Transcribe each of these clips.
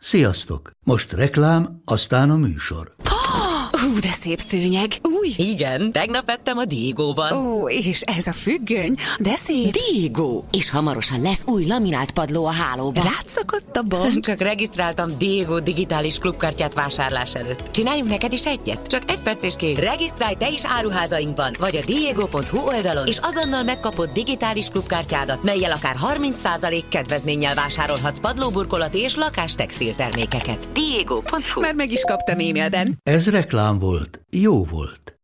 Sziasztok! Most reklám, aztán a műsor. De szép szőnyeg. Új? Igen, tegnap vettem a Diegóban. Ó, és ez a függöny, de szép. Diegó! És hamarosan lesz új laminált padló a hálóban. Rátszakadt a bank. Csak regisztráltam Diegó digitális klubkártyát vásárlás előtt. Csináljunk neked is egyet? Csak 1 perc és kész. Regisztrálj te is áruházainkban, vagy a diego.hu oldalon, és azonnal megkapod digitális klubkártyádat, mellyel akár 30% kedvezménnyel vásárolhatsz padlóburkolati és lakástextil termékeket. Diego.hu. Már meg is kaptam e-mailben. Ez reklám volt, jó volt.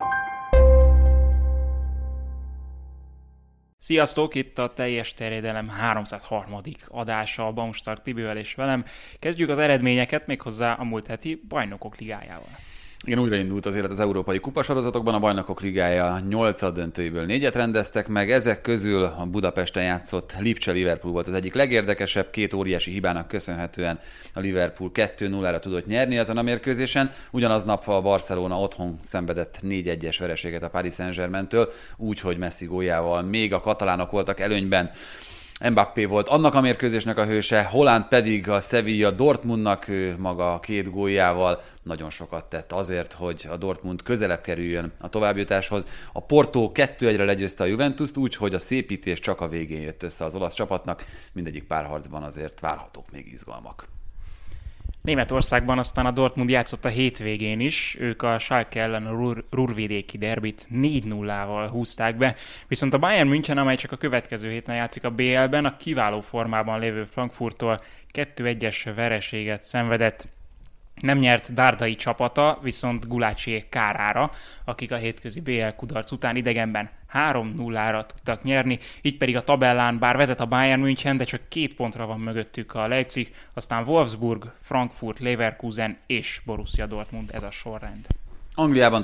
Sziasztok, itt a Teljes Terjedelem 303. adása a Baumstark Tibivel és velem. Kezdjük az eredményeket méghozzá a múlt heti Bajnokok Ligájával. Igen, újraindult az élet az európai kupasorozatokban, a Bajnokok Ligája 8 döntőiből 4-et rendeztek meg, ezek közül a Budapesten játszott Lipcse-Liverpool volt az egyik legérdekesebb, 2 óriási hibának köszönhetően a Liverpool 2-0-ra tudott nyerni ezen a mérkőzésen, ugyanaznap a Barcelona otthon szenvedett 4-1-es vereséget a Paris Saint-Germaintől, úgyhogy Messi góljával még a katalánok voltak előnyben. Mbappé volt annak a mérkőzésnek a hőse, Haaland pedig a Sevilla Dortmundnak, ő maga 2 góljával nagyon sokat tett azért, hogy a Dortmund közelebb kerüljön a továbbjutáshoz. A Porto 2-1-re legyőzte a Juventust, úgyhogy a szépítés csak a végén jött össze az olasz csapatnak, mindegyik párharcban azért várhatók még izgalmak. Németországban aztán a Dortmund játszott a hétvégén is, ők a Schalke ellen a ruhrvidéki derbit 4-0-val húzták be, viszont a Bayern München, amely csak a következő héten játszik a BL-ben, a kiváló formában lévő Frankfurttól 2-1-es vereséget szenvedett. Nem nyert Dárdai csapata, viszont Gulácsiék kárára, akik a hétközi BL kudarc után idegenben 3-0-ra tudtak nyerni, így pedig a tabellán bár vezet a Bayern München, de csak 2 pontra van mögöttük a Leipzig, aztán Wolfsburg, Frankfurt, Leverkusen és Borussia Dortmund, ez a sorrend. Angliában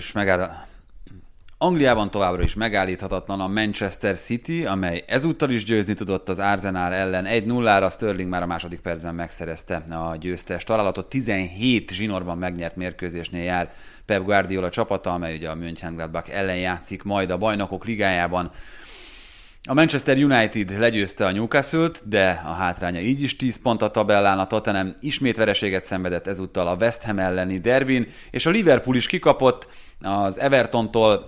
továbbra is megállíthatatlan a Manchester City, amely ezúttal is győzni tudott az Arsenal ellen 1-0-ra, Sterling már a második percben megszerezte a győztes találatot. 17 zsinórban megnyert mérkőzésnél jár Pep Guardiola csapata, amely ugye a Mönchengladbach ellen játszik majd a Bajnokok Ligájában. A Manchester United legyőzte a Newcastle-t, de a hátránya így is 10 pont a tabellán, a Tottenham ismét vereséget szenvedett ezúttal a West Ham elleni derbin, és a Liverpool is kikapott az Evertontól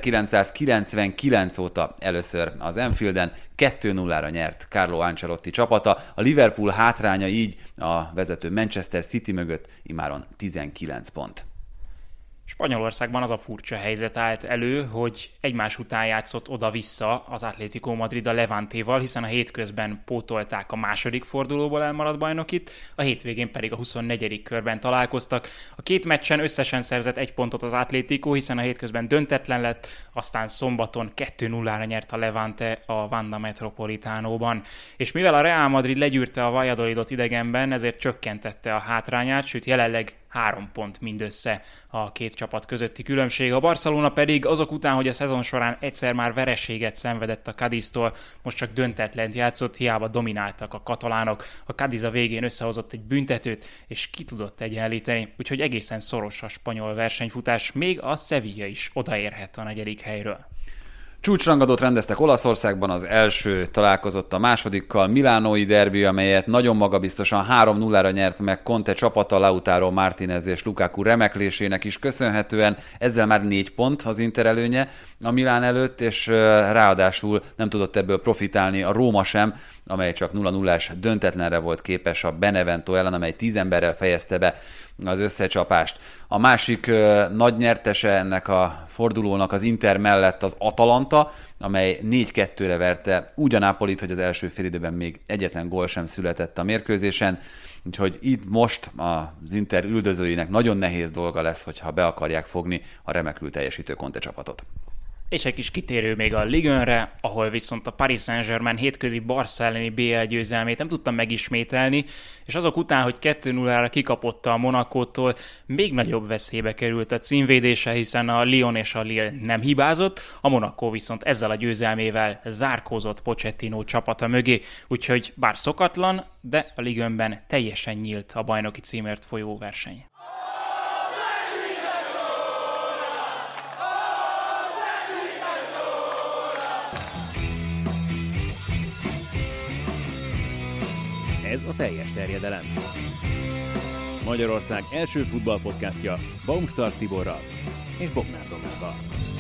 1999 óta először az Anfielden, 2-0-ra nyert Carlo Ancelotti csapata. A Liverpool hátránya így a vezető Manchester City mögött imáron 19 pont. Spanyolországban az a furcsa helyzet állt elő, hogy egymás után játszott oda-vissza az Atlético Madrid a Levantéval, hiszen a hétközben pótolták a második fordulóból elmaradt bajnokit, a hétvégén pedig a 24. körben találkoztak. A 2 meccsen összesen szerzett 1 pontot az Atlético, hiszen a hétközben döntetlen lett, aztán szombaton 2-0-ra nyert a Levante a Wanda Metropolitánóban. És mivel a Real Madrid legyűrte a Valladolidot idegenben, ezért csökkentette a hátrányát, sőt jelenleg 3 pont mindössze a 2 csapat közötti különbség. A Barcelona pedig azok után, hogy a szezon során egyszer már vereséget szenvedett a Cadiztól, most csak döntetlent játszott, hiába domináltak a katalánok. A Cadiz a végén összehozott egy büntetőt, és ki tudott egyenlíteni, úgyhogy egészen szoros a spanyol versenyfutás, még a Sevilla is odaérhet a 4. helyről. Csúcsrangadót rendeztek Olaszországban, az első találkozott a másodikkal, milánói derbi, amelyet nagyon magabiztosan 3-0-ra nyert meg Conte csapata, Lautaro Martinez és Lukaku remeklésének is köszönhetően, ezzel már 4 pont az Inter előnye a Milán előtt, és ráadásul nem tudott ebből profitálni a Róma sem, amely csak 0-0-ás döntetlenre volt képes a Benevento ellen, amely 10 emberrel fejezte be az összecsapást. A másik nagy nyertese ennek a fordulónak az Inter mellett az Atalanta, amely 4-2-re verte úgy a Napolit, hogy az első félidőben még egyetlen gól sem született a mérkőzésen, úgyhogy itt most az Inter üldözőinek nagyon nehéz dolga lesz, hogyha be akarják fogni a remekül teljesítő Conte csapatot. És egy kis kitérő még a Ligue 1-re, ahol viszont a Paris Saint-Germain hétközi Barca elleni BL győzelmét nem tudtam megismételni, és azok után, hogy 2-0-ra kikapotta a Monacótól, még nagyobb veszélybe került a címvédése, hiszen a Lyon és a Lille nem hibázott, a Monaco viszont ezzel a győzelmével zárkózott Pochettino csapata mögé, úgyhogy bár szokatlan, de a Ligue 1-ben teljesen nyílt a bajnoki címért folyó verseny. Ez a Teljes Terjedelem. Magyarország első futballpodcastja Baumstark Tiborral és Bognár Domával.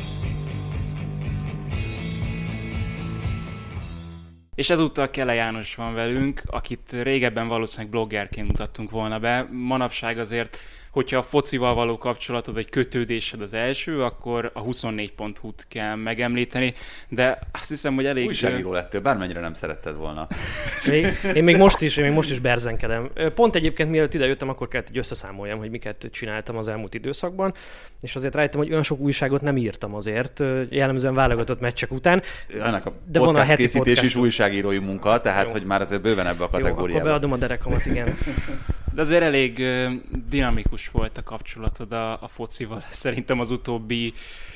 És ezúttal Kele János van velünk, akit régebben valószínűleg bloggerként mutattunk volna be. Manapság azért, hogyha a focival való kapcsolatod vagy kötődésed az első, akkor a 24.hu-t kell megemlíteni, de azt hiszem, hogy elég... Újságíró lettél, bármennyire nem szeretted volna. Én még most is berzenkedem. Pont egyébként mielőtt idejöttem, akkor kellett így összeszámoljam, hogy miket csináltam az elmúlt időszakban, és azért rájöttem, hogy olyan sok újságot nem írtam azért, jellemzően válogatott meccsek után. Ennek a podcast készítés is újságírói munka, tehát jó, hogy már azért bőven ebbe a kategóriába. Jó, akkor beadom a derekamat, igen. De azért elég dinamikus volt a kapcsolatod a focival, szerintem az utóbbi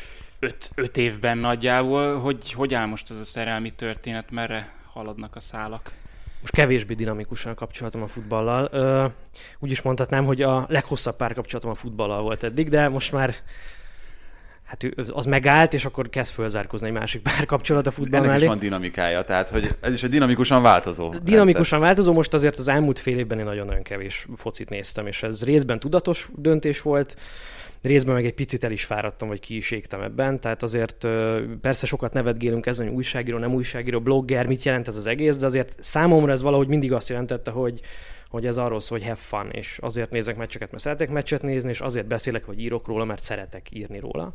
5 évben nagyjából. Hogy áll most ez a szerelmi történet, merre haladnak a szálak? Most kevésbé dinamikusan a kapcsolatom a futballal. Úgy is mondhatnám, hogy a leghosszabb párkapcsolatom a futballal volt eddig, de most már hát az megállt, és akkor kezd fölzárkózni egy másik párkapcsolat a futball mellé. Ennek is van dinamikája, tehát hogy ez is egy dinamikusan változó. Dinamikusan változó, most azért az elmúlt fél évben én nagyon-nagyon kevés focit néztem, és ez részben tudatos döntés volt, részben meg egy picit el is fáradtam, vagy ki is égtem ebben, tehát azért persze sokat nevetgélünk ezen, hogy újságíró, nem újságíró, blogger, mit jelent ez az egész, de azért számomra ez valahogy mindig azt jelentette, hogy ez arról szól, hogy have fun, és azért nézek meccseket, mert szeretek meccset nézni, és azért beszélek, vagy írok róla, mert szeretek írni róla.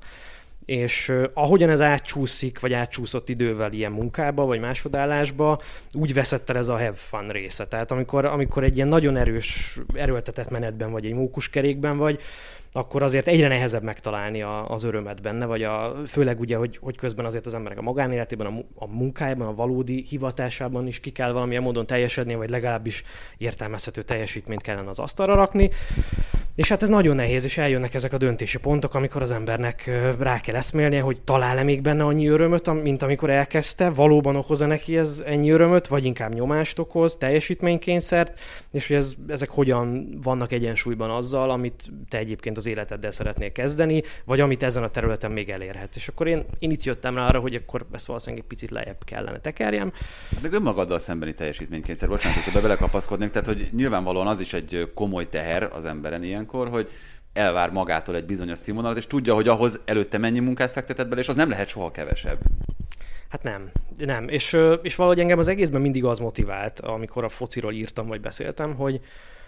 És ahogyan ez átcsúszik, vagy átcsúszott idővel ilyen munkába, vagy másodállásba, úgy veszett el ez a have fun része. Tehát amikor egy ilyen nagyon erőltetett menetben vagy, egy mókuskerékben vagy, akkor azért egyre nehezebb megtalálni az örömet benne, vagy főleg ugye, hogy közben azért az emberek a magánéletében, a munkájában, a valódi hivatásában is ki kell valamilyen módon teljesedni, vagy legalábbis értelmezhető teljesítményt kellene az asztalra rakni. És hát ez nagyon nehéz, és eljönnek ezek a döntési pontok, amikor az embernek rá kell eszmélnie, hogy talál-e még benne annyi örömöt, mint amikor elkezdte, valóban okoz-e neki ez ennyi örömöt, vagy inkább nyomást okoz, teljesítménykényszert, és hogy ezek hogyan vannak egyensúlyban azzal, amit te egyébként az életeddel szeretnél kezdeni, vagy amit ezen a területen még elérhetsz. És akkor én itt jöttem rá arra, hogy akkor ezt valószínűleg egy picit lejjebb kellene tekerjem. Meg önmagaddal szembeni teljesítménykényszer, bocsánat, hogy belekapaszkodnék, tehát hogy nyilvánvalóan az is egy komoly teher az emberen ilyenkor, hogy elvár magától egy bizonyos színvonalat, és tudja, hogy ahhoz előtte mennyi munkát fektetett bele, és az nem lehet soha kevesebb. Hát nem. És valahogy engem az egészben mindig az motivált, amikor a fociról írtam, vagy beszéltem, hogy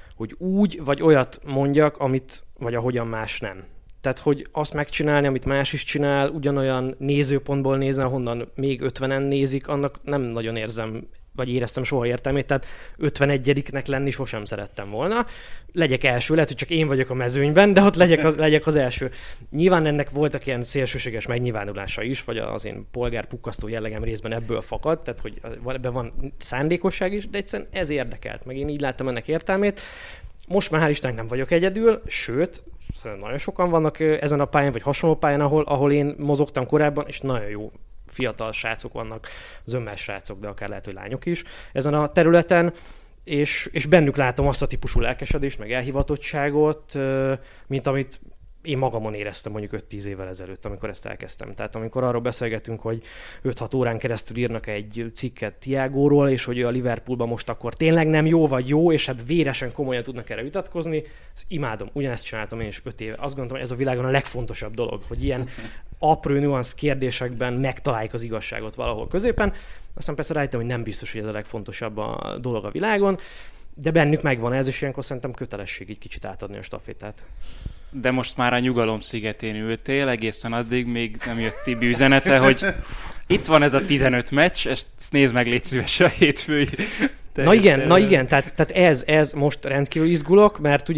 úgy vagy olyat mondjak, vagy ahogyan más nem. Tehát, hogy azt megcsinálni, amit más is csinál, ugyanolyan nézőpontból nézni, ahonnan még 50-en nézik, annak nem nagyon érzem, vagy éreztem soha értelmét, tehát 51-nek lenni sosem szerettem volna. Legyek első, lehet, hogy csak én vagyok a mezőnyben, de ott legyek az első. Nyilván ennek voltak ilyen szélsőséges megnyilvánulása is, vagy az én polgárpukkasztó jellegem részben ebből fakad, tehát hogy ebben van szándékosság is, de egyszerűen ez érdekelt, meg én így láttam ennek értelmét. Most már hál' Istennek nem vagyok egyedül, sőt, nagyon sokan vannak ezen a pályán, vagy hasonló pályán, ahol én mozogtam korábban, és nagyon jó fiatal srácok vannak, zömmel srácok, de akár lehet, hogy lányok is ezen a területen, és bennük látom azt a típusú lelkesedést, meg elhivatottságot, mint amit én magamon éreztem mondjuk 5-10 évvel ezelőtt, amikor ezt elkezdtem. Tehát amikor arról beszélgetünk, hogy 5-6 órán keresztül írnak egy cikket Thiagóról, és hogy ő a Liverpoolban most akkor tényleg nem jó, vagy jó, és hát véresen komolyan tudnak erre vitatkozni, ezt imádom. Ugyanezt csináltam én is 5 éve. Azt gondolom, hogy ez a világon a legfontosabb dolog, hogy ilyen apró nüansz kérdésekben megtaláljuk az igazságot valahol középen. Aztán persze rájöttem, hogy nem biztos, hogy ez a legfontosabb a dolog a világon, de bennük megvan ez, és ilyenkor szerintem kötelesség így kicsit átadni a stafétát. De most már a nyugalom szigetén ültél, egészen addig még nem jött Tibi üzenete, hogy itt van ez a 15 meccs, ezt nézd meg, légy szíves a hétfői. Na igen, tehát ez most rendkívül izgulok,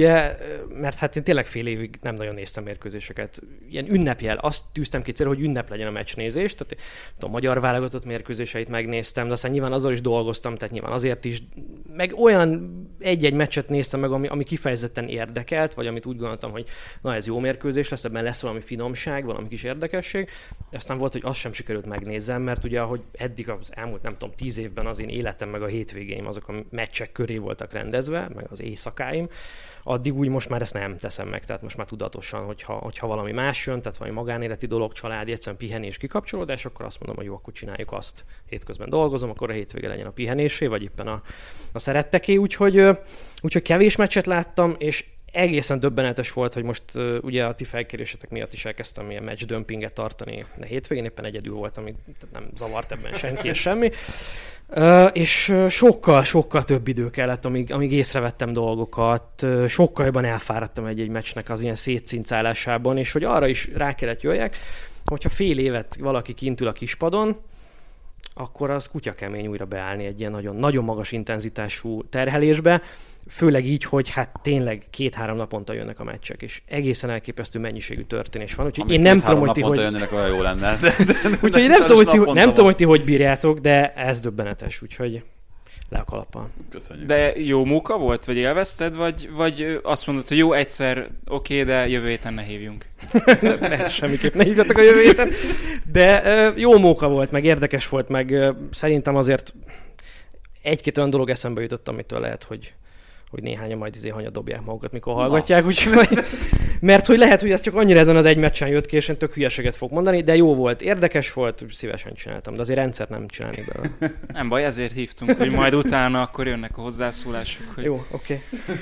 mert hát én tényleg fél évig nem nagyon néztem mérkőzéseket. Ilyen ünnepjel, azt tűztem ki célra, hogy ünnep legyen a meccsnézés, tehát a magyar válogatott mérkőzéseit megnéztem, de aztán nyilván azzal is dolgoztam, tehát nyilván azért is, meg olyan egy-egy meccset néztem meg, ami kifejezetten érdekelt, vagy amit úgy gondoltam, hogy na ez jó mérkőzés lesz, ebben lesz valami finomság, valami kis érdekesség. Aztán volt, hogy azt sem sikerült megnézzem, mert ugye ahogy eddig az elmúlt, nem tudom, 10 évben az én életem meg a hétvégén azok a meccsek köré voltak rendezve, meg az éjszakáim, addig úgy most már ezt nem teszem meg, tehát most már tudatosan, hogyha valami más jön, tehát valami magánéleti dolog, családi, egyszerűen pihenés, kikapcsolódás, akkor azt mondom, hogy jó, akkor csináljuk azt. Hétközben dolgozom, akkor a hétvége legyen a pihenésé, vagy éppen a szeretteké, úgyhogy kevés meccset láttam, és egészen döbbenetes volt, hogy most ugye a ti felkérésetek miatt is elkezdtem ilyen match dömpinget tartani, de hétvégén éppen egyedül voltam, nem zavart ebben senki és semmi. És sokkal több idő kellett, amíg észrevettem dolgokat, sokkal jobban elfáradtam egy meccsnek az ilyen szétszincálásában, és hogy arra is rá kellett jöjjek, hogyha fél évet valaki kint ül a kispadon, akkor az kutya kemény újra beállni egy ilyen nagyon, nagyon magas intenzitású terhelésbe, főleg így, hogy hát tényleg 2-3 naponta jönnek a meccsek, és egészen elképesztő mennyiségű történés van, úgyhogy én nem tudom, hogy ti hogy... jönnek, olyan jó lenne. Úgyhogy én nem tudom, hogy ti hogy bírjátok, de ez döbbenetes, úgyhogy le a kalappal. Köszönjük. De jó munka volt, vagy élvezted, vagy azt mondod, hogy jó, egyszer oké, de jövő héten ne hívjunk? Ne, semmiképp ne hívjatok a jövő héten. De jó munka volt, meg érdekes volt, meg szerintem azért egy-két olyan dolog eszembe jutott, amitől lehet, hogy néhányan majd hanyat dobják magukat, mikor hallgatják, úgyhogy, mert hogy lehet, hogy ez csak annyira ezen az egy meccsen jött ki, és én tök hülyeséget fog mondani, de jó volt, érdekes volt, szívesen csináltam, de azért rendszert nem csinálni belőle. Nem baj, ezért hívtunk, hogy majd utána akkor jönnek a hozzászólások. Hogy... Jó, oké.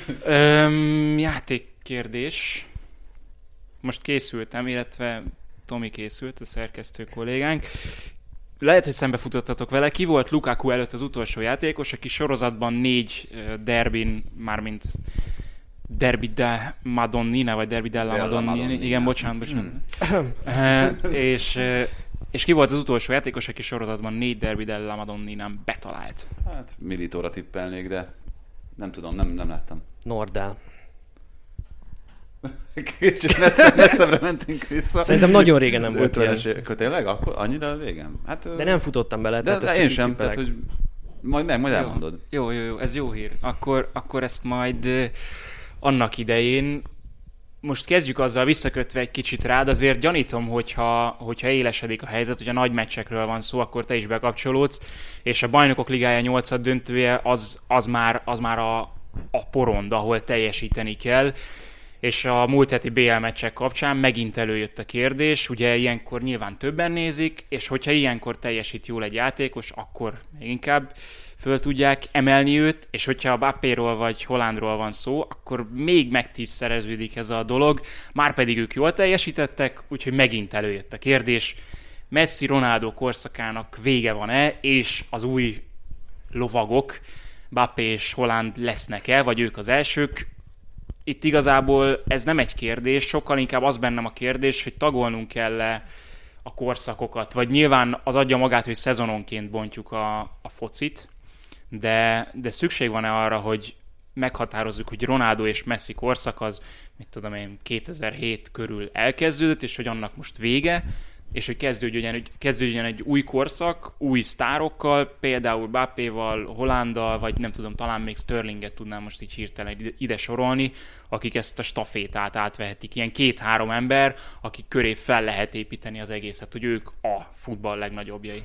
Játékkérdés. Most készültem, illetve Tomi készült, a szerkesztő kollégánk. Lehet, hogy szembefutottatok vele. Ki volt Lukaku előtt az utolsó játékos, aki sorozatban 4 derbin, mármint Derby de Madonnina, vagy Derby della Madonnina. Igen, bocsánat. És ki volt az utolsó játékos, aki sorozatban 4 Derby della Madonninán betalált? Hát Militóra tippelnék, de nem tudom, nem láttam. Nordál. Kicsit messzebbre mentünk vissza. Szerintem nagyon régen nem volt ilyen. Tényleg? Akkor annyira régen? Hát, de nem futottam bele. De én sem, tehát hogy majd elmondod. Jó, ez jó hír. Akkor ezt majd annak idején, most kezdjük azzal visszakötve egy kicsit rád, azért gyanítom, hogyha élesedik a helyzet, hogy a nagy meccsekről van szó, akkor te is bekapcsolódsz, és a Bajnokok Ligája 8. döntője az már a porond, ahol teljesíteni kell. És a múlt heti BL meccsek kapcsán megint előjött a kérdés, ugye ilyenkor nyilván többen nézik, és hogyha ilyenkor teljesít jól egy játékos, akkor még inkább föl tudják emelni őt, és hogyha a Mbappéról vagy Haalandról van szó, akkor még megtízszereződik ez a dolog, márpedig ők jól teljesítettek, úgyhogy megint előjött a kérdés, Messi-Ronaldo korszakának vége van-e, és az új lovagok, Mbappé és Haaland lesznek-e, vagy ők az elsők? Itt igazából ez nem egy kérdés, sokkal inkább az bennem a kérdés, hogy tagolnunk kell-e a korszakokat, vagy nyilván az adja magát, hogy szezononként bontjuk a focit, de szükség van-e arra, hogy meghatározzuk, hogy Ronaldo és Messi korszak az, 2007 körül elkezdődött, és hogy annak most vége, és hogy kezdődjön egy új korszak, új sztárokkal, például Mbappéval, Haalanddal, vagy nem tudom, talán még Sterlinget tudnám most így hirtelen ide sorolni, akik ezt a stafétát átvehetik. Ilyen 2-3 ember, akik köré fel lehet építeni az egészet, hogy ők a futball legnagyobbjai.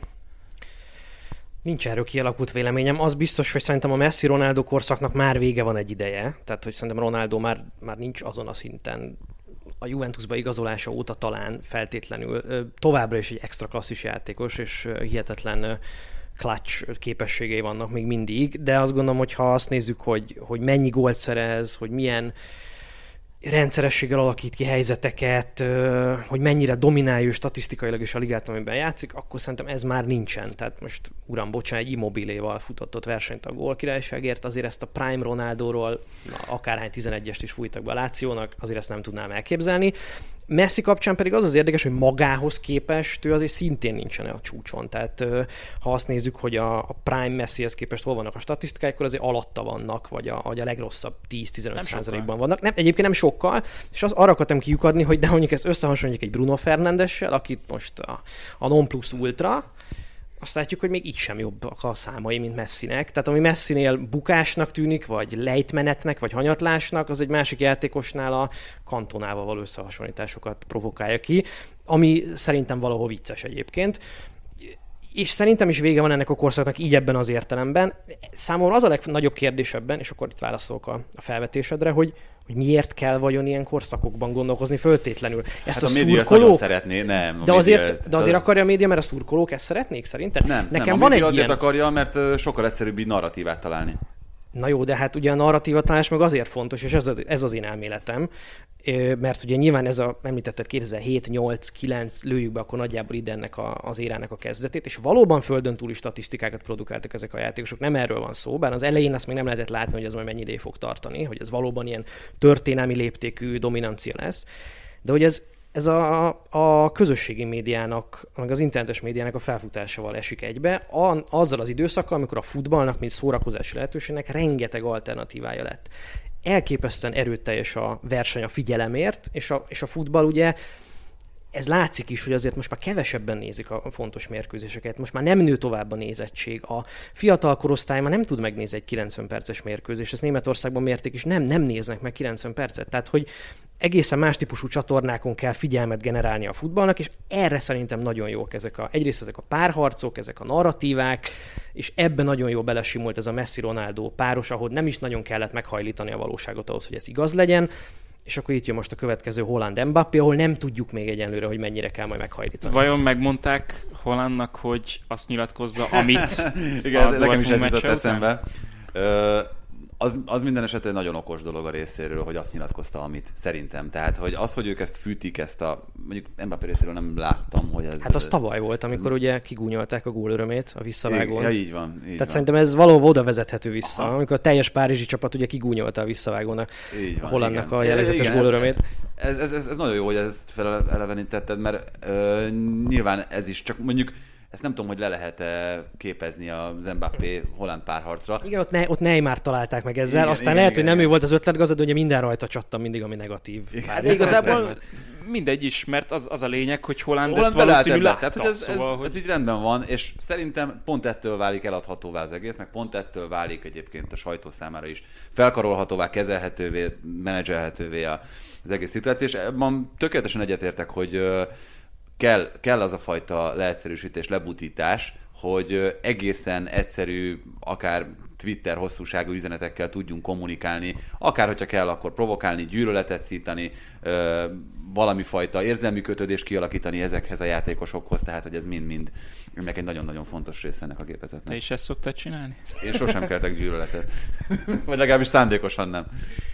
Nincs erről kialakult véleményem. Az biztos, hogy szerintem a Messi-Ronaldo korszaknak már vége van egy ideje. Tehát, hogy szerintem Ronaldo már nincs azon a szinten, a Juventusba igazolása óta talán feltétlenül továbbra is egy extra klasszis játékos, és hihetetlen clutch képességei vannak még mindig, de azt gondolom, hogy ha azt nézzük, hogy mennyi gólt szerez, hogy milyen rendszerességgel alakít ki helyzeteket, hogy mennyire dominálja statisztikailag is a ligát, amiben játszik, akkor szerintem ez már nincsen. Tehát most, uram, bocsánat, egy Immobiléval futott versenyt a gólkirályságért, azért ezt a Prime Ronaldóról, akárhány 11-est is fújtak be a Lációnak, azért ezt nem tudnám elképzelni. Messi kapcsán pedig az érdekes, hogy magához képest ő azért szintén nincsen a csúcson. Tehát ha azt nézzük, hogy a Prime Messihez képest hol vannak a statisztikák, akkor azért alatta vannak, vagy a legrosszabb 10-15%-ban vannak. Nem, egyébként nem sokkal, és arra akartam kiukadni, hogy de mondjuk ezt összehasonlítjuk egy Bruno Fernandessel, akit most a non plus ultra, azt látjuk, hogy még így sem jobbak a számai, mint Messinek. Tehát ami Messinél bukásnak tűnik, vagy lejtmenetnek, vagy hanyatlásnak, az egy másik játékosnál a Cantonával való összehasonlításokat provokálja ki, ami szerintem valahol vicces egyébként. És szerintem is vége van ennek a korszaknak így ebben az értelemben. Számomra az a legnagyobb kérdés ebben, és akkor itt válaszolok a felvetésedre, hogy miért kell vajon ilyen korszakokban gondolkozni föltétlenül. Ezt hát a média szurkolók... szeretné, nem. De azért akarja a média, mert a szurkolók ezt szeretnék, szerinted? Nem, Nekem a van média egy azért ilyen... akarja, mert sokkal egyszerűbb így narratívát találni. Na jó, de hát ugye a narratíva találás meg azért fontos, és ez az én elméletem, mert ugye nyilván ez a, említetted 2007, 8, 9, lőjük be akkor nagyjából ide ennek az érának a kezdetét, és valóban földön túli statisztikákat produkáltak ezek a játékosok, nem erről van szó, bár az elején azt még nem lehetett látni, hogy ez majd mennyi ideig fog tartani, hogy ez valóban ilyen történelmi léptékű dominancia lesz, de hogy ez a közösségi médiának, meg az internetes médiának a felfutásával esik egybe, azzal az időszakkal, amikor a futballnak, mint szórakozási lehetőségnek rengeteg alternatívája lett. Elképesztően erőteljes a verseny a figyelemért, és a futball ugye, ez látszik is, hogy azért most már kevesebben nézik a fontos mérkőzéseket, most már nem nő tovább a nézettség. A fiatal korosztály már nem tud megnézni egy 90 perces mérkőzést, ezt Németországban mérték, és nem néznek meg 90 percet. Tehát, hogy egészen más típusú csatornákon kell figyelmet generálni a futballnak, és erre szerintem nagyon jók egyrészt ezek a párharcok, ezek a narratívák, és ebben nagyon jól belesimult ez a Messi-Ronaldo páros, ahol nem is nagyon kellett meghajlítani a valóságot ahhoz, hogy ez igaz legyen. És akkor itt jön most a következő Haaland-Mbappé, ahol nem tudjuk még egyenlőre, hogy mennyire kell majd meghajlítani. Vajon megmondták Haalandnak, hogy azt nyilatkozza, amit igen, a nekem is ez jutott után? eszembe. Az minden esetre nagyon okos dolog a részéről, hogy azt nyilatkozta, amit szerintem. Tehát, hogy az, hogy ők ezt fűtik, mondjuk Mbappé részéről nem láttam, hogy ez... Hát az tavaly volt, amikor ugye kigúnyolták a gól örömét a visszavágón. Ja, így van. Tehát szerintem ez valahol oda vezethető vissza, amikor a teljes párizsi csapat ugye kigúnyolta a visszavágón a Haalandnak a jellegzetes gól örömét. Ez nagyon jó, hogy ezt felelevenítetted, mert nyilván ez is csak mondjuk ezt nem tudom, hogy le lehet-e képezni az Mbappé-Haaland párharcra. Igen, ott Neymar találták meg ezzel, aztán lehet, hogy nem ő volt az ötletgazda, de ugye minden rajta csattam mindig, ami negatív. De igazából mindegy is, mert az a lényeg, hogy Haaland ezt valószínű látta. Tehát, hogy ez így rendben van, és szerintem pont ettől válik eladhatóvá az egész, meg pont ettől válik egyébként a sajtó számára is felkarolhatóvá, kezelhetővé, menedzselhetővé az egész szituáció, és ebben tökéletesen egyetértek, hogy kell az a fajta leegyszerűsítés, lebutítás, hogy egészen egyszerű, akár Twitter hosszúságú üzenetekkel tudjunk kommunikálni, akár hogyha kell, akkor provokálni, gyűlöletet szítani, valami fajta érzelmi kötődést kialakítani ezekhez a játékosokhoz, tehát hogy ez mind-mind meg egy nagyon-nagyon fontos része ennek a gépezetnek. Te is ezt szoktad csinálni? Én sosem keltek gyűlöletet. Vagy legalábbis szándékosan nem.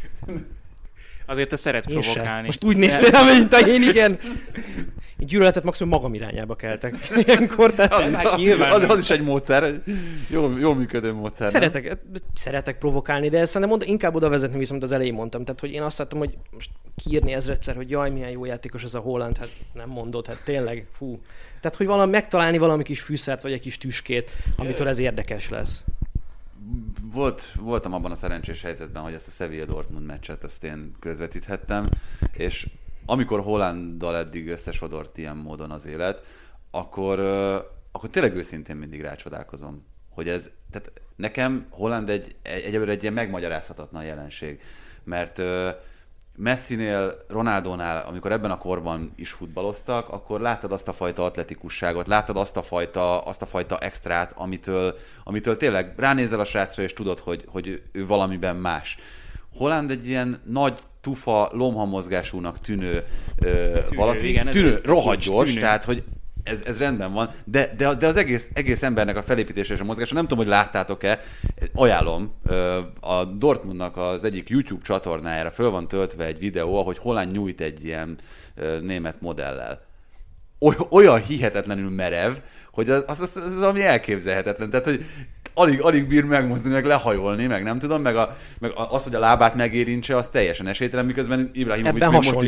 Azért te szeretsz provokálni. Most úgy néztél, mint én, igen. Én gyűlöletet maximum magam irányába keltek. Ilyenkor, az is egy módszer, jól működő módszer. Szeretek provokálni, de ezt szerintem inkább oda vezetni vissza, amit az elején mondtam. Tehát, hogy én azt láttam, hogy most kiírni ezredszer, hogy jaj, milyen jó játékos ez a Haaland, hát nem mondod, hát tényleg, fú. Tehát, hogy megtalálni valami kis fűszert, vagy egy kis tüskét, amitől ez érdekes lesz. Voltam abban a szerencsés helyzetben, hogy ezt a Sevilla-Dortmund meccset ezt én közvetíthettem, és amikor Haalanddal eddig összesodort ilyen módon az élet, akkor tényleg őszintén mindig rácsodálkozom, hogy tehát nekem Haaland egyelőre egy ilyen megmagyarázhatatlan jelenség, mert Messinél, Ronaldónál, amikor ebben a korban is futballoztak, akkor láttad azt a fajta atletikusságot, láttad azt a fajta extrát, amitől tényleg ránézel a srácra, és tudod, hogy ő valamiben más. Haaland egy ilyen nagy, tufa, lomhamozgásúnak tűnő valaki, igen, rohadt gyors, tehát hogy ez rendben van, de az egész embernek a felépítése és a mozgása, nem tudom, hogy láttátok-e, ajánlom, a Dortmundnak az egyik YouTube csatornájára föl van töltve egy videó, ahogy Haaland nyújt egy ilyen német modellel. Olyan hihetetlenül merev, hogy az ami elképzelhetetlen, tehát hogy alig bír megmozdulni, meg lehajolni, meg nem tudom, meg az, hogy a lábát megérintse, az teljesen esélytelen, miközben Ibrahimovic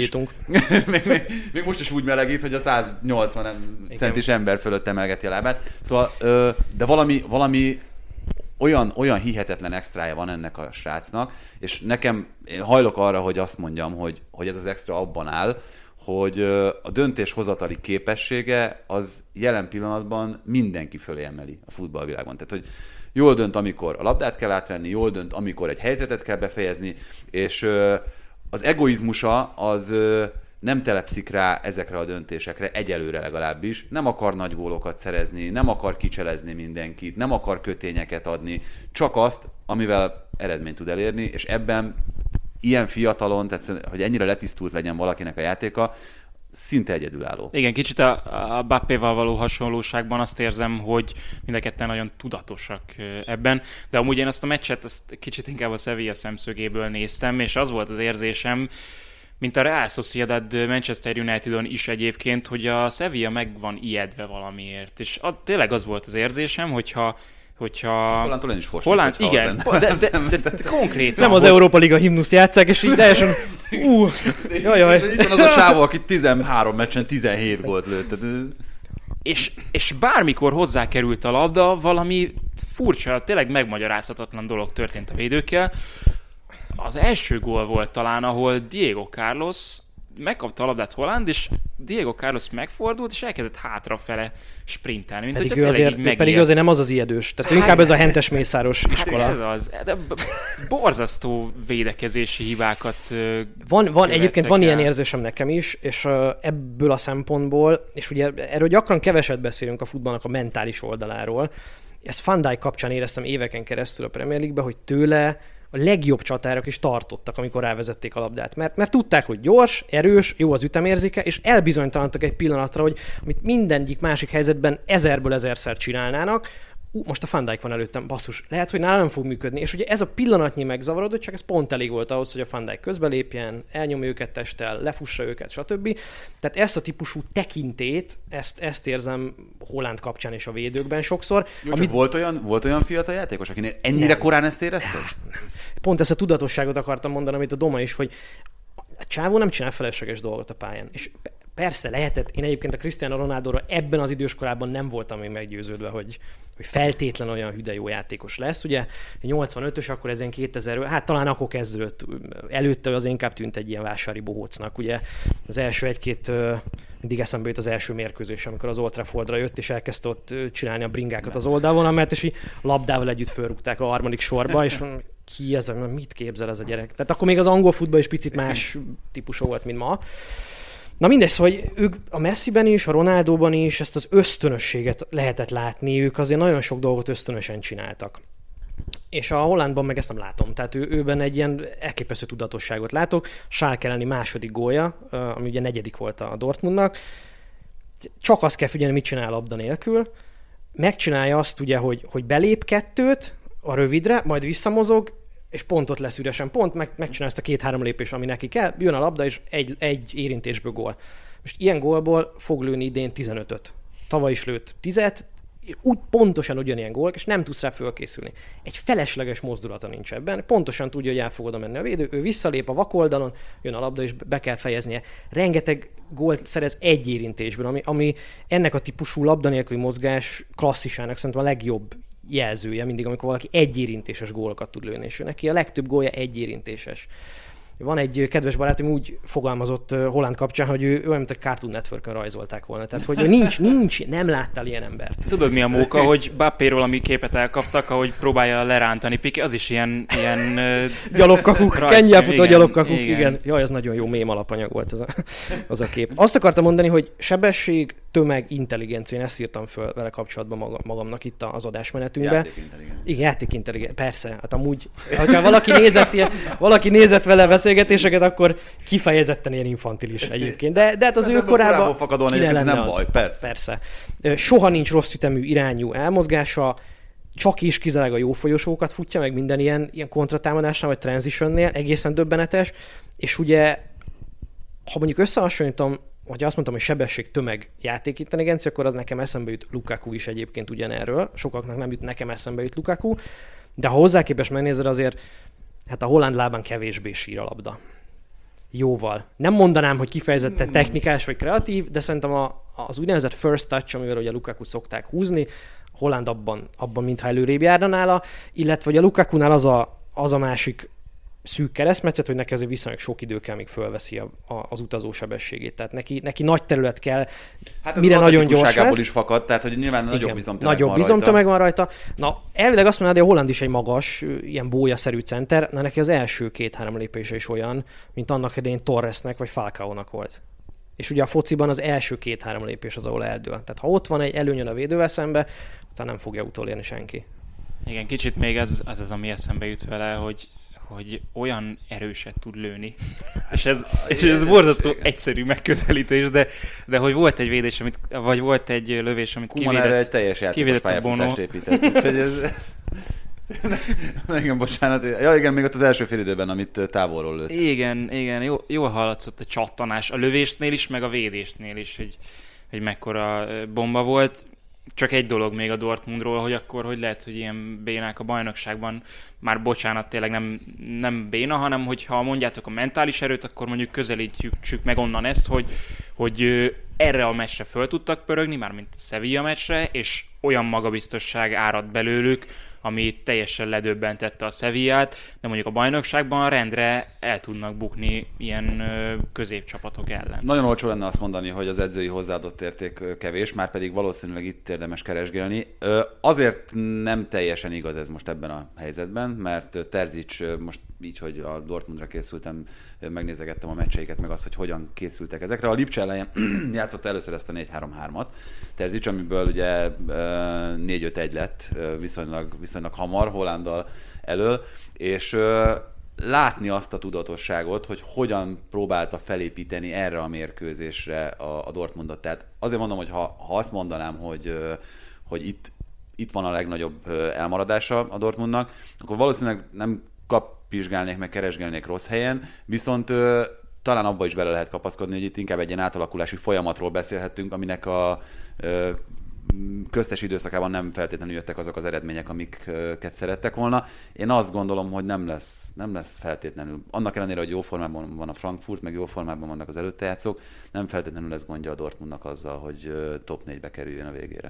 még most is úgy melegít, hogy a 180 centis ember fölött emelgeti a lábát. Szóval, de valami olyan hihetetlen extrája van ennek a srácnak, és én hajlok arra, hogy azt mondjam, hogy ez az extra abban áll, hogy a döntéshozatali képessége az jelen pillanatban mindenki fölé emeli a futballvilágban. Tehát, hogy jól dönt, amikor a labdát kell átvenni, jól dönt, amikor egy helyzetet kell befejezni, és az egoizmusa az nem telepszik rá ezekre a döntésekre, egyelőre legalábbis. Nem akar nagy gólokat szerezni, nem akar kicselezni mindenkit, nem akar kötényeket adni, csak azt, amivel eredményt tud elérni, és ebben ilyen fiatalon, tehát hogy ennyire letisztult legyen valakinek a játéka, szinte egyedülálló. Igen, kicsit a Mbappéval való hasonlóságban azt érzem, hogy mind a ketten nagyon tudatosak ebben, de amúgy én azt a meccset azt kicsit inkább a Sevilla szemszögéből néztem, és az volt az érzésem, mint a Real Sociedad Manchester Unitedon is egyébként, hogy a Sevilla meg van ijedve valamiért. És tényleg az volt az érzésem, hogyha Hollandtól én is forsnak, igen, de konkrétan. Nem az Európa Liga himnuszt játsszák, és így teljesen... Jajjaj. Itt van az a sávó, aki 13 meccsen 17 gólt lőtt. És bármikor hozzákerült a labda, valami furcsa, tényleg megmagyarázhatatlan dolog történt a védőkkel. Az első gól volt talán, ahol Diego Carlos megkapta a labdát Holland, és Diego Carlos megfordult, és elkezdett hátrafele sprintelni. Pedig azért nem az ijedős. Tehát inkább ez a hentes mészáros iskola. Ez az. De borzasztó védekezési hibákat Egyébként van ilyen érzésem nekem is, és ebből a szempontból, és ugye erről gyakran keveset beszélünk a futballnak a mentális oldaláról. Ezt Van Dijk kapcsán éreztem éveken keresztül a Premier League-ben, hogy tőle a legjobb csatárok is tartottak, amikor rávezették a labdát. Mert tudták, hogy gyors, erős, jó az ütemérzéke, és elbizonytalanodtak egy pillanatra, hogy amit mindegyik másik helyzetben 1000-ből 1000-szer csinálnának, most a Van Dijk van előttem, basszus, lehet, hogy nálam nem fog működni. És ugye ez a pillanatnyi megzavarodottság, ez pont elég volt ahhoz, hogy a Van Dijk közbelépjen, elnyomja őket testtel, lefussa őket, stb. Tehát ezt a típusú tekintét, ezt érzem Holland kapcsán és a védőkben sokszor. Jó, amit... volt olyan fiatal játékos, akinél ennyire korán ezt érezted? Pont ezt a tudatosságot akartam mondani, amit a Doma is, hogy a csávó nem csinál felesleges dolgot a pályán. És persze lehetett, én egyébként a Cristiano Ronaldóra ebben az időskorában nem voltam még meggyőződve, hogy feltétlen olyan hüde jó játékos lesz. Ugye 85-ös, akkor ezen 2000, hát talán akkor kezdődött, előtte az inkább tűnt egy ilyen vásári bohócnak. Ugye az első egy-két, mindig eszembe jut az első mérkőzés, amikor az Old Traffordra jött, és elkezdte ott csinálni a bringákat az oldalon, mert és így labdával együtt fölrúgták a harmadik sorba, és ki ez, mit képzel ez a gyerek? Tehát akkor még az angol futball is picit más típusú volt, mint ma. Na mindez, hogy ők a Messiben is, a Ronaldóban is ezt az ösztönösséget lehetett látni, ők azért nagyon sok dolgot ösztönösen csináltak. És a Hollandban meg ezt nem látom. Tehát őben egy ilyen elképesztő tudatosságot látok. Schalke elleni második gólja, ami ugye negyedik volt a Dortmundnak. Csak azt kell figyelni, mit csinál labda nélkül. Megcsinálja azt ugye, hogy belép kettőt a rövidre, majd visszamozog, és pontot lesz üresen. Pont megcsinál ezt a 2-3 lépés, ami neki kell, jön a labda, és egy érintésből gól. Most ilyen gólból fog lőni idén 15-öt. Tavaly is lőtt 10-et, úgy pontosan ugyanilyen gól, és nem tudsz rá fölkészülni. Egy felesleges mozdulata nincs ebben, pontosan tudja, hogy el fog oda menni a védő, ő visszalép a vakoldalon, jön a labda, és be kell fejeznie. Rengeteg gólt szerez egy érintésből, ami ennek a típusú labda nélküli mozgás klasszisának szerintem a legjobb jelzője mindig, amikor valaki egy érintéses gólokat tud lőni, és neki a legtöbb gólja egy érintéses. Van egy kedves barátom, úgy fogalmazott Holland kapcsán, hogy ő olyan, mint a Cartoon Networkön rajzolták volna. Tehát, hogy nem láttál ilyen embert. Tudod, mi a móka, hogy Mbappéról, ami képet elkaptak, ahogy próbálja lerántani Piqué, az is ilyen gyalogkakuk, kennyelfutó gyalogkakuk, igen. Jaj, ez nagyon jó mém alapanyag volt az a kép. Azt akartam mondani, hogy sebesség, tömeg, intelligencia, én ezt írtam föl vele kapcsolatban magamnak itt az adásmenetünkben. Játékintelligencia. Igen, játékintelligencia, persze. Hát amúgy, ha valaki nézett vele beszélgetéseket, akkor kifejezetten ilyen infantilis egyébként. De hát az ő korában nem baj, persze. Soha nincs rossz ütemű irányú elmozgása, csak is kizárólag a jó folyosókat futja, meg minden ilyen kontratámadásnál, vagy transitionnél, egészen döbbenetes. És ugye, ha mondjuk összehasonlítom, hogy azt mondtam, hogy sebesség, tömeg, játékintelligencia, akkor az nekem eszembe jut. Lukaku is egyébként ugyanerről. Sokaknak nem jut, nekem eszembe jut Lukaku. De ha hozzá képes megnézed, azért hát a holland lábán kevésbé sír a labda. Jóval. Nem mondanám, hogy kifejezetten technikás vagy kreatív, de szerintem az úgynevezett first touch, amivel ugye a Lukaku szokták húzni, Holland abban mintha előrébb járna nála, illetve hogy a Lukakunál az a másik szűk keresztmetszet, hogy neki azért viszonylag sok idő kell, míg fölveszi az utazó sebességét. Tehát neki nagy terület kell, hát mire nagyon gyors lesz. is fakad, tehát hogy nyilván nagyobb bizomtömeg van rajta. Na, elvileg azt mondanád, hogy a Holland is egy magas, ilyen bójaszerű center, na neki az első 2-3 lépése is olyan, mint annak idején Torresnek vagy Falcaónak volt. És ugye a fociban az első 2-3 lépés az, ahol eldől. Tehát ha ott van egy előnyön a védővel szembe, utána nem fogja utolérni senki. Igen, kicsit még ez az, ami eszembe jut vele, hogy olyan erőset tud lőni. És ez borzasztó egyszerű megközelítés, de hogy volt egy védés, vagy volt egy lövés, amit Kuman erre egy teljes játékos pályafutást épített. Úgyhogy ez... Igen, bocsánat. Ja, igen, még ott az első félidőben, amit távolról lőtt. Igen, jól hallatszott a csattanás a lövésnél is, meg a védésnél is, hogy mekkora bomba volt. Csak egy dolog még a Dortmundról, hogy akkor hogy lehet, hogy ilyen bénák a bajnokságban, már bocsánat, tényleg nem béna, hanem hogyha mondjátok a mentális erőt, akkor mondjuk közelítjük meg onnan ezt, hogy erre a meccsre föl tudtak pörögni, mármint a Sevilla meccsre, és olyan magabiztosság árad belőlük, ami teljesen ledöbbentette a Sevillát, de mondjuk a bajnokságban rendre el tudnak bukni ilyen középcsapatok ellen. Nagyon olcsó lenne azt mondani, hogy az edzői hozzáadott érték kevés, már pedig valószínűleg itt érdemes keresgélni. Azért nem teljesen igaz ez most ebben a helyzetben, mert Terzic most így, hogy a Dortmundra készültem, megnézegettem a meccseiket, meg azt, hogy hogyan készültek ezekre. A Lipcse ellen játszott először ezt a 4-3-3-at. Terzic, amiből ugye 4-5-1 lett viszonylag hamar Hollanddal elől, és látni azt a tudatosságot, hogy hogyan próbálta felépíteni erre a mérkőzésre a Dortmundot. Tehát azért mondom, hogy ha azt mondanám, hogy itt van a legnagyobb elmaradása a Dortmundnak, akkor valószínűleg nem kapizsgálnék, meg keresgélnék rossz helyen, viszont talán abba is bele lehet kapaszkodni, hogy itt inkább egy ilyen átalakulási folyamatról beszélhetünk, aminek a köztes időszakában nem feltétlenül jöttek azok az eredmények, amiket szerettek volna. Én azt gondolom, hogy nem lesz feltétlenül. Annak ellenére, hogy jó formában van a Frankfurt, meg jó formában vannak az előtte játszók, nem feltétlenül lesz gondja a Dortmundnak azzal, hogy top 4-be kerüljön a végére.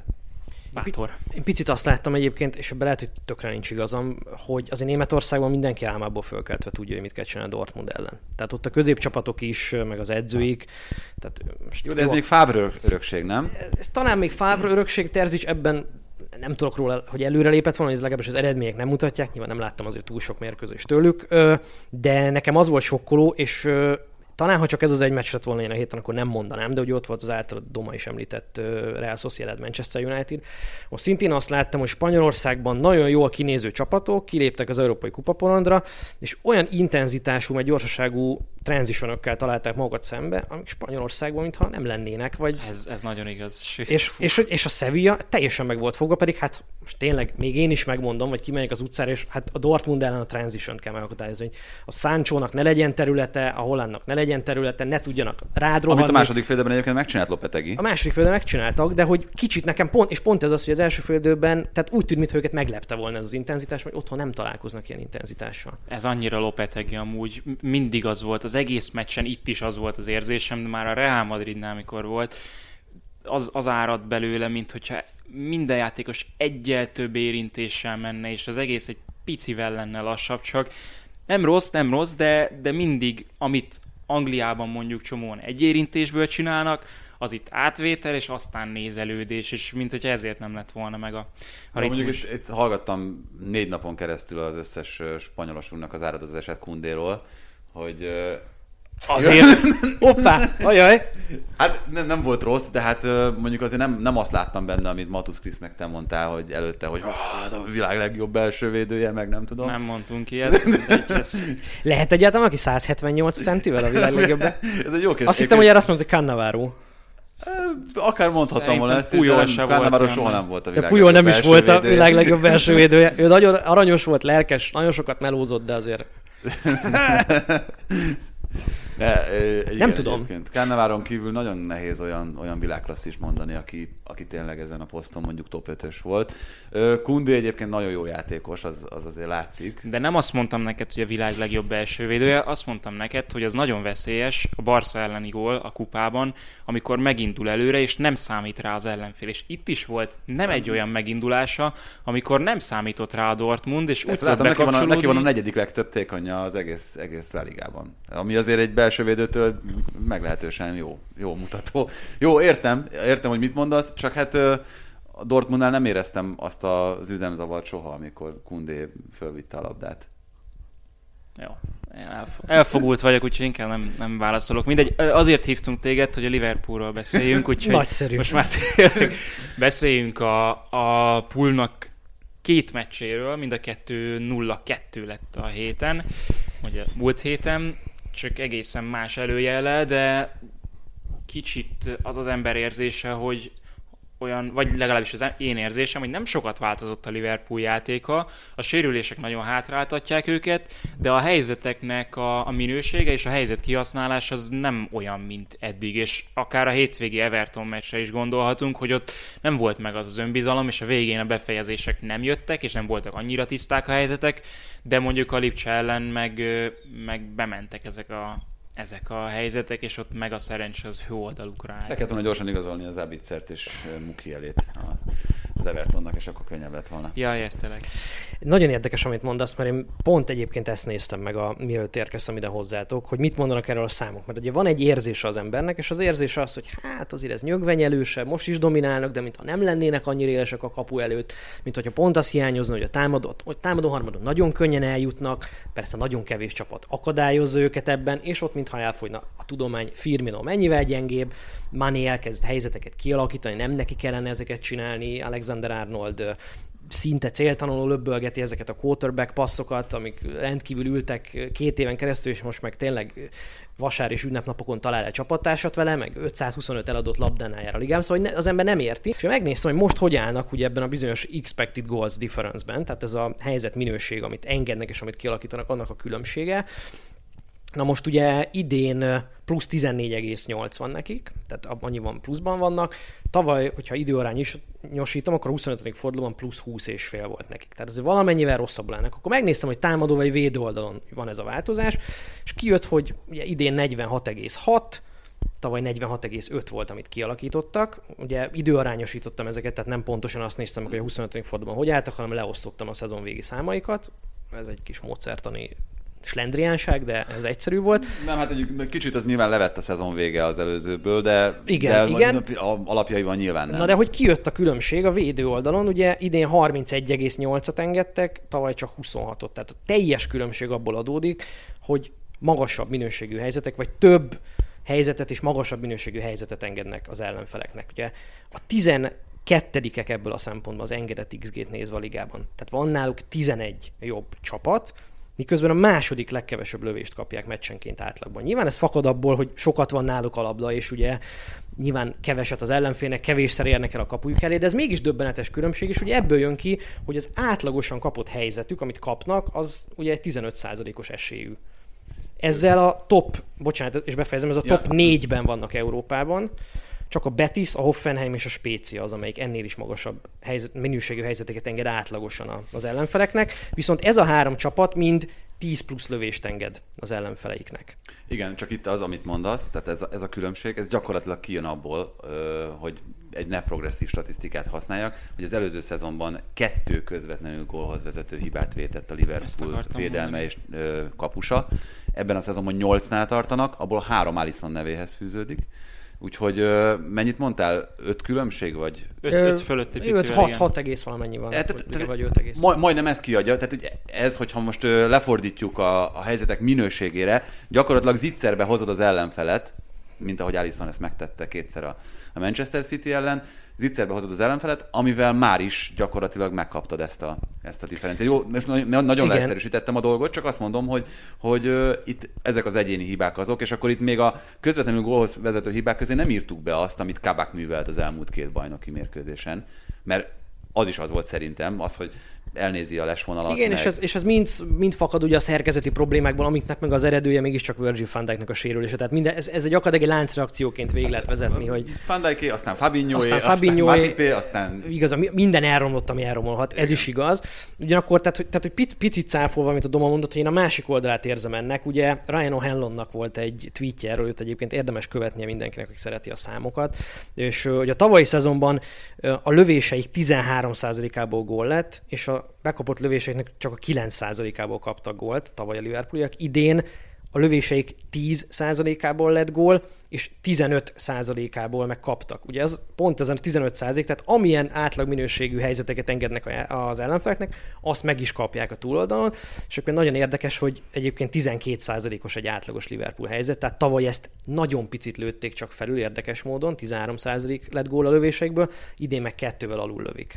Én picit azt láttam egyébként, és ebben lehet, hogy tökre nincs igazam, hogy azért Németországban mindenki álmából fölkeltve tudja, hogy mit kell csinálni a Dortmund ellen. Tehát ott a középcsapatok is, meg az edzőik. Tehát jó, de ez még Favre örökség, nem? Ez talán még Favre örökség, Terzic ebben nem tudok róla, hogy előrelépett volna, hogy legalábbis az eredmények nem mutatják, nyilván nem láttam azért túl sok mérkőzést tőlük, de nekem az volt sokkoló, és talán, ha csak ez az egy meccs lett volna én a héten, akkor nem mondanám, de hogy ott volt az általad Doma is említett Real Sociedad Manchester United. Most szintén azt láttam, hogy Spanyolországban nagyon jól kinéző csapatok kiléptek az Európai Kupaporondra, és olyan intenzitású, meg gyorsaságú transitionokkel találták magukat szembe, amik Spanyolországban mintha nem lennének. Vagy... Ez nagyon igaz. És a Sevilla teljesen meg volt fogva, pedig hát most tényleg még én is megmondom, vagy kimegyek az utcára, és hát a Dortmund ellen a transition-t kell megakadályozni, hogy a Sanchónak ne legyen területe, a Hollandnak ne legyen területe, ne tudjanak rád rohanni. Amit a második félidőben egyébként megcsinált Lopetegui. A második félidőben megcsináltak, de hogy kicsit nekem pont ez az, hogy az első félidőben, tehát úgy tűnt, mintha őket meglepte volna ez az intenzitás, hogy otthon nem találkoznak ilyen intenzitással. Ez annyira Lopetegui amúgy, mindig az volt, az egész meccsen itt is az volt az érzésem, de már a Real Madridnál, amikor volt, az árad belőle, mint hogyha minden játékos egyel több érintéssel menne, és az egész egy picivel lenne lassabb, csak nem rossz, de mindig, amit Angliában mondjuk csomóan egy érintésből csinálnak, az itt átvétel, és aztán nézelődés, és mint hogy ezért nem lett volna meg a ritmus. Mondjuk itt hallgattam 4 napon keresztül az összes spanyolosunknak az áradozását Koundéról, hogy... Azért... Hoppá! Ajaj! Hát nem volt rossz, de hát mondjuk azért nem azt láttam benne, amit Matusz Krisz meg te mondtál, hogy előtte, hogy a világ legjobb belső védője, meg nem tudom. Nem mondtunk ilyet. Lehet egyáltalán, aki 178 centivel a világ legjobb? Ez egy jó kérdés. Azt hittem, hogy erre azt mondta, hogy Cannavaro. Akár mondhattam volna ezt is, de Cannavaro soha nem volt a világ legjobb belső védője. Puyol nem is volt a világ legjobb belső védője. Ő nagyon aranyos volt, lelkes, nagyon sokat melózott, de azért... Nem tudom. Cannaváron kívül nagyon nehéz olyan világklasszist mondani, aki tényleg ezen a poszton mondjuk top 5-ös volt. Koundé egyébként nagyon jó játékos, az azért látszik. De nem azt mondtam neked, hogy a világ legjobb belső védője, azt mondtam neked, hogy az nagyon veszélyes a Barca elleni gól a kupában, amikor megindul előre, és nem számít rá az ellenfél. És itt is volt nem egy olyan megindulása, amikor nem számított rá a Dortmund, és úgy tudott bekapcsolódni. Neki van a 4. legtöbb tékonyja az egész La Ligában. Ami azért egy belsővédőtől meglehetősen jó mutató. Jó, értem, hogy mit mondasz, csak hát a Dortmundnál nem éreztem azt az üzemzavart soha, amikor Koundé fölvitte a labdát. Jó, elfogult vagyok, úgyhogy inkább nem válaszolok. Mindegy, azért hívtunk téged, hogy a Liverpoolról beszéljünk, úgyhogy nagyszerű. Most már beszéljünk a poolnak két meccséről, mind a kettő 0-2 lett a héten, ugye múlt héten, csak egészen más előjellel, de kicsit az ember érzése, hogy olyan, vagy legalábbis az én érzésem, hogy nem sokat változott a Liverpool játéka, a sérülések nagyon hátráltatják őket, de a helyzeteknek a minősége és a helyzet kihasználás az nem olyan, mint eddig, és akár a hétvégi Everton meccsre is gondolhatunk, hogy ott nem volt meg az önbizalom, és a végén a befejezések nem jöttek, és nem voltak annyira tiszták a helyzetek, de mondjuk a Lipcse ellen meg bementek ezek a helyzetek, és ott meg a szerencsé az jó oldalukra áll. Le kellett volna gyorsan igazolni az Abitzert és Mukielét az Evertonnak, és akkor könnyebb lett volna. Ja, értelek. Nagyon érdekes, amit mondasz, mert én pont egyébként ezt néztem meg, mielőtt érkeztem ide hozzátok, hogy mit mondanak erről a számok. Mert ugye van egy érzése az embernek, és az érzése az, hogy hát azért ez nyögvenyelősebb, most is dominálnak, de mintha nem lennének annyira élesek a kapu előtt, mint hogyha pont az hiányozna, hogy a támadó harmadon nagyon könnyen eljutnak, persze nagyon kevés csapat akadályozza őket ebben, és ott mintha elfogyna a tudomány. Firmino mennyivel gyengébb, Mané elkezd helyzeteket kialakítani, nem neki kellene ezeket csinálni, Alexander-Arnold szinte céltalanul löbbölgeti ezeket a quarterback passzokat, amik rendkívül ültek 2 éven keresztül, és most meg tényleg vasár és ünnepnapokon talál egy csapattársat vele, meg 525 eladott labdánál jár a ligám, szóval az ember nem érti. És megnéztem, hogy most hogy állnak ugye ebben a bizonyos expected goals difference-ben, tehát ez a helyzet minőség, amit engednek és amit kialakítanak, annak a különbsége. Na most ugye idén plusz 14,8 van nekik, tehát annyiban pluszban vannak. Tavaly, hogyha időarányosítom, akkor a 25. fordulóban plusz 20,5 volt nekik. Tehát azért valamennyivel rosszabbul állnak. Akkor megnéztem, hogy támadó vagy védő oldalon van ez a változás, és kijött, hogy ugye idén 46,6, tavaly 46,5 volt, amit kialakítottak. Ugye időarányosítottam ezeket, tehát nem pontosan azt néztem meg, hogy a 25. fordulóban hogy álltak, hanem leosztottam a szezon végi számaikat. Ez egy kis módszertani slendriánság, de ez egyszerű volt. Nem, hát egy kicsit az nyilván levett a szezon vége az előzőből, de igen. Alapjaiban nyilván nem. Na de hogy kijött a különbség a védő oldalon, ugye idén 31,8-at engedtek, tavaly csak 26-ot. Tehát a teljes különbség abból adódik, hogy magasabb minőségű helyzetek, vagy több helyzetet és magasabb minőségű helyzetet engednek az ellenfeleknek. Ugye a 12-ek ebből a szempontból az engedett XG-t nézve a ligában. Tehát van náluk 11 jobb csapat, miközben a második legkevesebb lövést kapják meccsenként átlagban. Nyilván ez fakad abból, hogy sokat van náluk a labda, és ugye nyilván keveset az ellenfélnek, kevésszer érnek el a kapujuk elé, de ez mégis döbbenetes különbség, és ugye ebből jön ki, hogy az átlagosan kapott helyzetük, amit kapnak, az ugye egy 15%-os esélyű. Ezzel a top, bocsánat, és befejezem, ez a top 4-ben vannak Európában, csak a Betis, a Hoffenheim és a Spezia az, amelyik ennél is magasabb minőségű helyzeteket enged átlagosan az ellenfeleknek, viszont ez a 3 csapat mind 10 plusz lövést enged az ellenfeleiknek. Igen, csak itt az, amit mondasz, tehát ez a különbség, ez gyakorlatilag kijön abból, hogy egy ne progresszív statisztikát használjak, hogy az előző szezonban 2 közvetlenül gólhoz vezető hibát vétett a Liverpool védelme és kapusa. Ebben a szezonban 8-nál tartanak, abból 3 Alisson nevéhez fűződik. Úgyhogy mennyit mondtál? 5 különbség, vagy? 5 fölötti picivel, 6 egész valamennyi van, vagy 5 egész. Majdnem ezt kiadja, tehát ugye ez, hogyha most lefordítjuk a helyzetek minőségére, gyakorlatilag zicserbe hozod az ellenfelet, mint ahogy Alisson ezt megtette 2-szer a Manchester City ellen, zicserbe hozod az ellenfelet, amivel már is gyakorlatilag megkaptad ezt a differenciát. Jó, most nagyon leegyszerűsítettem a dolgot, csak azt mondom, hogy itt ezek az egyéni hibák azok, és akkor itt még a közvetlenül gólhoz vezető hibák közé nem írtuk be azt, amit Kabak művelt az elmúlt 2 bajnoki mérkőzésen, mert az is az volt szerintem, az, hogy elnézi a lesvonalat. Igen, és ez mind fakad ugye a szerkezeti problémákból, amiknek meg az eredője mégiscsak Virgil van Dijknak a sérülése. Tehát ez gyakorlatilag egy láncreakcióként végig lehet vezetni, hogy Van Dijké, aztán Fabinhoé, aztán Matipé, aztán... Igaz, minden elromlott, ami elromolhat. Igen. Ez is igaz. Ugyanakkor, tehát hogy picit cáfolva, mint a Doma mondott, hogy én a másik oldalát érzem ennek. Ugye Ryan O'Hanlonnak volt egy tweetje erről, őt egyébként érdemes követnie mindenkinek, aki szereti a számokat. És hogy a tavalyi szezonban a lövéseik 13%-ából gól lett, és a bekapott lövéseiknek csak a 9%-ából kaptak gólt tavaly a Liverpooliak. Idén a lövéseik 10%-ából lett gól, és 15%-ából meg kaptak. Ugye ez pont ezen a 15%, tehát amilyen átlag minőségű helyzeteket engednek az ellenfeleknek, azt meg is kapják a túloldalon, és akkor nagyon érdekes, hogy egyébként 12%-os egy átlagos Liverpool helyzet, tehát tavaly ezt nagyon picit lőtték csak felül érdekes módon, 13% lett gól a lövéseikből, idén meg 2-vel alul lövik.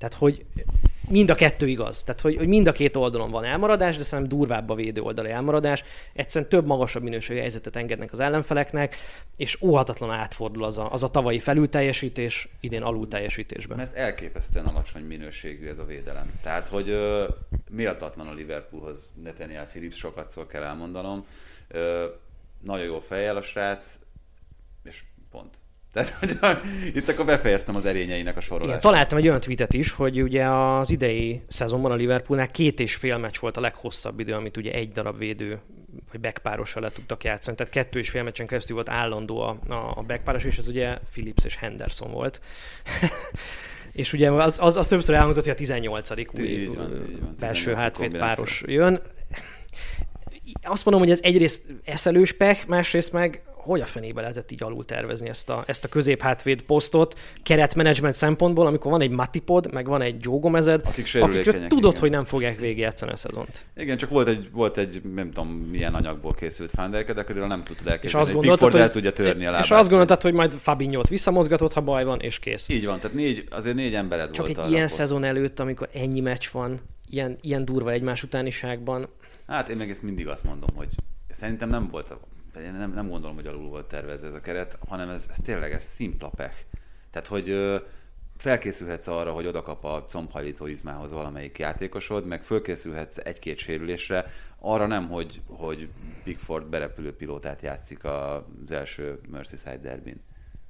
Tehát, hogy mind a kettő igaz. Tehát, hogy mind a két oldalon van elmaradás, de szerintem durvább a védő oldali elmaradás. Egyszerűen több magasabb minőségű helyzetet engednek az ellenfeleknek, és óhatatlan átfordul az a tavalyi felülteljesítés idén alulteljesítésben. Mert elképesztően alacsony minőségű ez a védelem. Tehát, hogy méltatlan a Liverpoolhoz Nathaniel Phillips, sokat szól kell elmondanom. Nagyon jó fejjel a srác, és pont. Tehát, hogy itt akkor befejeztem az erényeinek a sorolását. Igen, találtam egy olyan tweetet is, hogy ugye az idei szezonban a Liverpoolnál 2,5 meccs volt a leghosszabb idő, amit ugye egy darab védő vagy backpárossal le tudtak játszani. Tehát 2,5 meccsen keresztül volt állandó a backpáros, és ez ugye Phillips és Henderson volt. És ugye az többször elhangzott, hogy a 18. új belső hátvéd páros jön. Azt mondom, hogy ez egyrészt eszelős pech, másrészt meg hogy a fenébe lehetett így alul tervezni ezt a középhátvéd posztot keretmenedzsment szempontból, amikor van egy Matipod, meg van egy Joe Gomezed, akikről tudod, hogy nem fogják végigjátszani a szezont. Igen, csak volt egy nem tudom milyen anyagból készült Van Dijked, akiről nem tudtad elképzelni, hogy Pickford el tudja törni a lábát. És azt gondoltad, hogy majd Fabinho-t visszamozgatod, ha baj van, és kész. Így van, tehát azért négy embered csak volt. Csak egy ilyen szezon előtt, amikor ennyi meccs van, ilyen durva egymás utániságban. Hát én meg ezt mindig azt mondom, hogy szerintem nem volt, én nem gondolom, hogy alul volt tervezve ez a keret, hanem ez tényleg szimpla pech. Tehát, hogy felkészülhetsz arra, hogy odakap a combhajlító izmához valamelyik játékosod, meg fölkészülhetsz egy-két sérülésre, arra nem, hogy Pickford berepülő pilótát játszik az első Merseyside derbyn.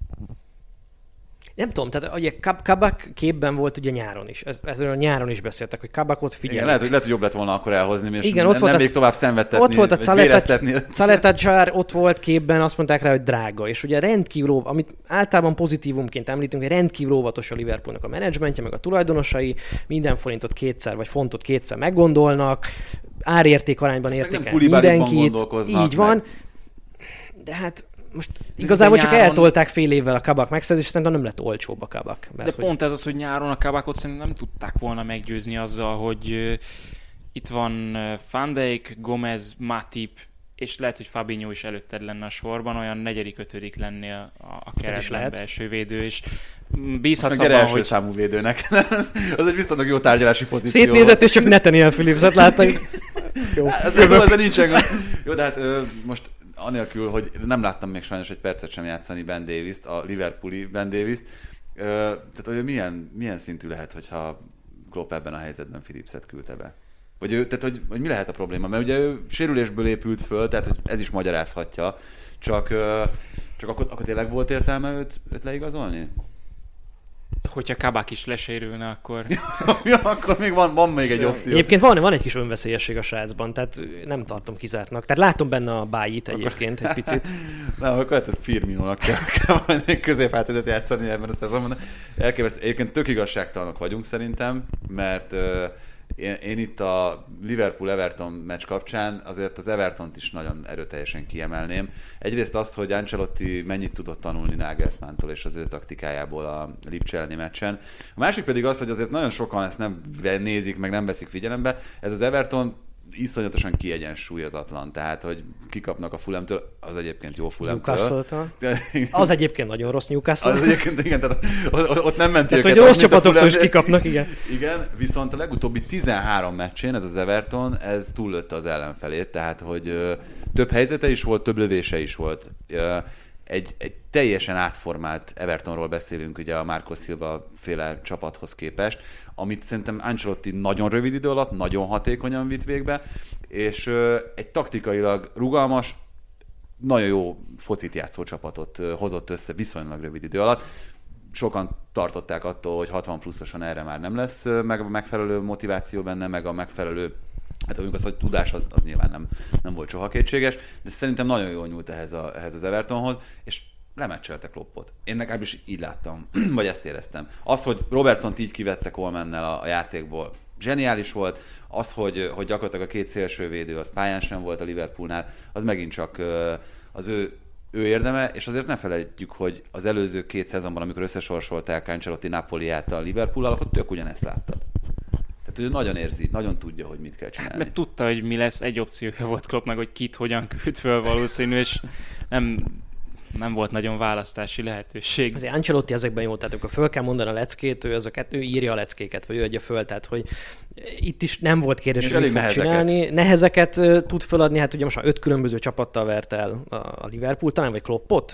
Nem tudom, tehát ugye Kabak képben volt ugye nyáron is. Ezzel nyáron is beszéltek, hogy Kabakot figyelnek. Igen, lehet, hogy jobb lett volna akkor elhozni, és igen, nem még tovább szenvedtetni, ott volt a Zaleta-Dzsár, ott volt képben, azt mondták rá, hogy drága. És ugye rendkívül, amit általában pozitívumként említünk, hogy rendkívül óvatos a Liverpoolnak a menedzsmentje, meg a tulajdonosai, minden forintot kétszer, vagy fontot kétszer meggondolnak, árérték arányban értékel mindenkit. Így van. De hát most igazából csak eltolták fél évvel a Kabak megszerzés, és szerintem nem lett olcsóbb a Kabak. De pont ez az, hogy nyáron a Kabakot szerintem nem tudták volna meggyőzni azzal, hogy itt van Van Dijk, Gomez, Matip, és lehet, hogy Fabinho is előtted lenne a sorban, olyan 4.-5. lennél a keretben belső védő, és bízhatsz abban, első hogy... számú védőnek. Az egy viszonylag jó tárgyalási pozíció. Szétnézett, és csak Nathaniel Phillipset látta. Jó. Ez nincsen. Jó, de hát most anélkül, hogy nem láttam még sajnos egy percet sem játszani Ben Davis-t, a Liverpooli Ben Davis-t. Tehát, hogy milyen szintű lehet, hogyha Klopp ebben a helyzetben Phillipset küldte be? Tehát, hogy mi lehet a probléma? Mert ugye ő sérülésből épült föl, tehát hogy ez is magyarázhatja. Csak akkor tényleg volt értelme őt leigazolni? Hogyha Kabak is lesérülne, akkor... ja, akkor még van még egy opció. Egyébként van egy kis önveszélyesség a srácban, tehát nem tartom kizártnak. Tehát látom benne a bájit egyébként egy picit. Nem, akkor lehet, hogy Firminónak kell majd egy középhátvédet játszani ebben a szezonban. Egyébként tök igazságtalanok vagyunk szerintem, mert én itt a Liverpool-Everton meccs kapcsán azért az Evertont is nagyon erőteljesen kiemelném. Egyrészt azt, hogy Ancelotti mennyit tudott tanulni Nagelsmanntól és az ő taktikájából a Lipcse elleni meccsen. A másik pedig az, hogy azért nagyon sokan ezt nem nézik, meg nem veszik figyelembe. Ez az Everton iszonyatosan kiegyensúlyozatlan, tehát, hogy kikapnak a Fulhamtől, az egyébként jó Fulhamtől. Newcastle-től. Az egyébként nagyon rossz Newcastle. Az egyébként, igen, tehát ott nem ment őket. Tehát, hogy rossz csapatoktól is kikapnak, igen. Igen, viszont a legutóbbi 13 meccsén ez az Everton, ez túllőtte az ellenfelét, tehát, hogy több helyzete is volt, több lövése is volt. Egy teljesen átformált Evertonról beszélünk ugye a Marco Silva féle csapathoz képest, amit szerintem Ancelotti nagyon rövid idő alatt, nagyon hatékonyan vitt végbe, és egy taktikailag rugalmas, nagyon jó focit játszó csapatot hozott össze viszonylag rövid idő alatt. Sokan tartották attól, hogy 60 pluszosan erre már nem lesz meg a megfelelő motiváció benne, meg a megfelelő, hát mondjuk az, hogy tudás az nyilván nem volt soha kétséges, de szerintem nagyon jól nyúlt ehhez az Evertonhoz, és lemeccselte Kloppot. Én legalábbis így láttam, vagy ezt éreztem. Az, hogy Robertsont így kivette Colemannel a játékból, zseniális volt. Az, hogy gyakorlatilag a két szélsővédő az pályán sem volt a Liverpoolnál, az megint csak az ő érdeme, és azért ne felejtjük, hogy az előző 2 szezonban, amikor összesorsolták Ancelotti Napoliát a Liverpool-al, akkor tök ugyanezt láttad. Tehát ő nagyon érzi, nagyon tudja, hogy mit kell csinálni. Hát, mert tudta, hogy mi lesz, egy opciója volt Kloppnak, hogy kit hogyan küld föl valószínű, és nem Nem volt nagyon választási lehetőség. Azért Ancelotti ezekben jó, tehát akkor föl kell mondani a leckét, ő írja a leckéket, vagy ő adja föl, tehát hogy itt is nem volt kérdés, hogy mit fog csinálni. Nehezeket tud föladni, hát ugye most már 5 különböző csapattal vert el a Liverpool, talán, vagy Kloppot?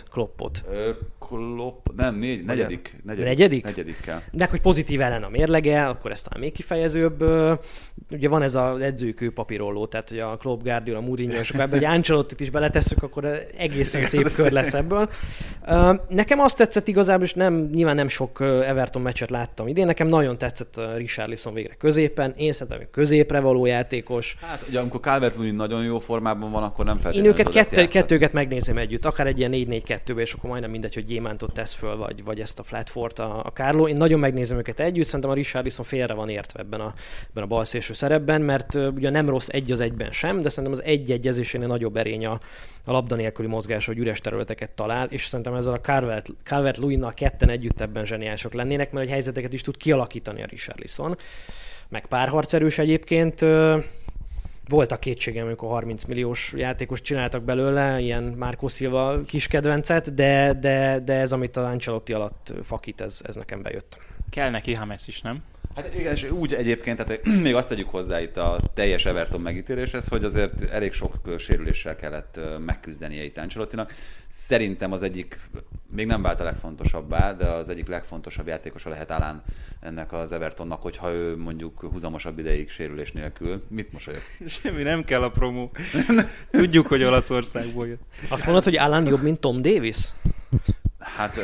Negyedikkel. De hogy pozitív ellen a mérlege, akkor ez talán még kifejezőbb. Ugye van ez az edzőkő papírolló, tehát hogy a Klopp, Guardiola, Mourinho, és ebben, hogy Ancelottit is beletesszük, akkor egészen szép kör lesz ebből. Nekem azt tetszett igazából, és nyilván nem sok Everton meccset láttam idén, nekem nagyon tetszett Richarlison végre középen, én szerintem középre való játékos. Hát ugye amikor Calvert-Lewin nagyon jó formában van, akkor nem feltétlenül. Én őket kettőket megnézem együtt, akár egy ilyen 4-4-2-be, és akkor majdnem mindegy, hogy Gyémántot tesz föl, vagy ezt a Flatfort a Carlo. Én nagyon megnézem őket együtt, szerintem a Richarlison félre van értve ebben a balszélső szerepben, mert ugye nem rossz egy az egyben sem, de szerintem az egy-egyezésénél nagyobb erény a labda nélküli mozgás, hogy üres területeket talál, és szerintem ezzel a Calvert-Lewinnal ketten együtt ebben zseniálisok lennének, mert egy helyzeteket is tud kialakítani a Richarlison. Meg párharcerős egyébként. Voltak kétségem, amikor 30 milliós játékos csináltak belőle, ilyen Marco Silva kis kedvencet, de ez, amit az Ancelotti alatt fakít, ez nekem bejött. Kell neki James is, nem? Hát igen, és úgy egyébként, tehát még azt tegyük hozzá itt a teljes Everton megítéléshez, hogy azért elég sok sérüléssel kellett megküzdenie itt Ancelottinak. Szerintem az egyik, még nem vált a legfontosabbá, de az egyik legfontosabb játékosa lehet Alan ennek az Evertonnak, hogyha ő mondjuk húzamosabb ideig sérülés nélkül. Mit mosolyogsz? Semmi, nem kell a promó. Tudjuk, hogy Olaszországból jött. Azt mondod, hogy Alan jobb, mint Tom Davis? Hát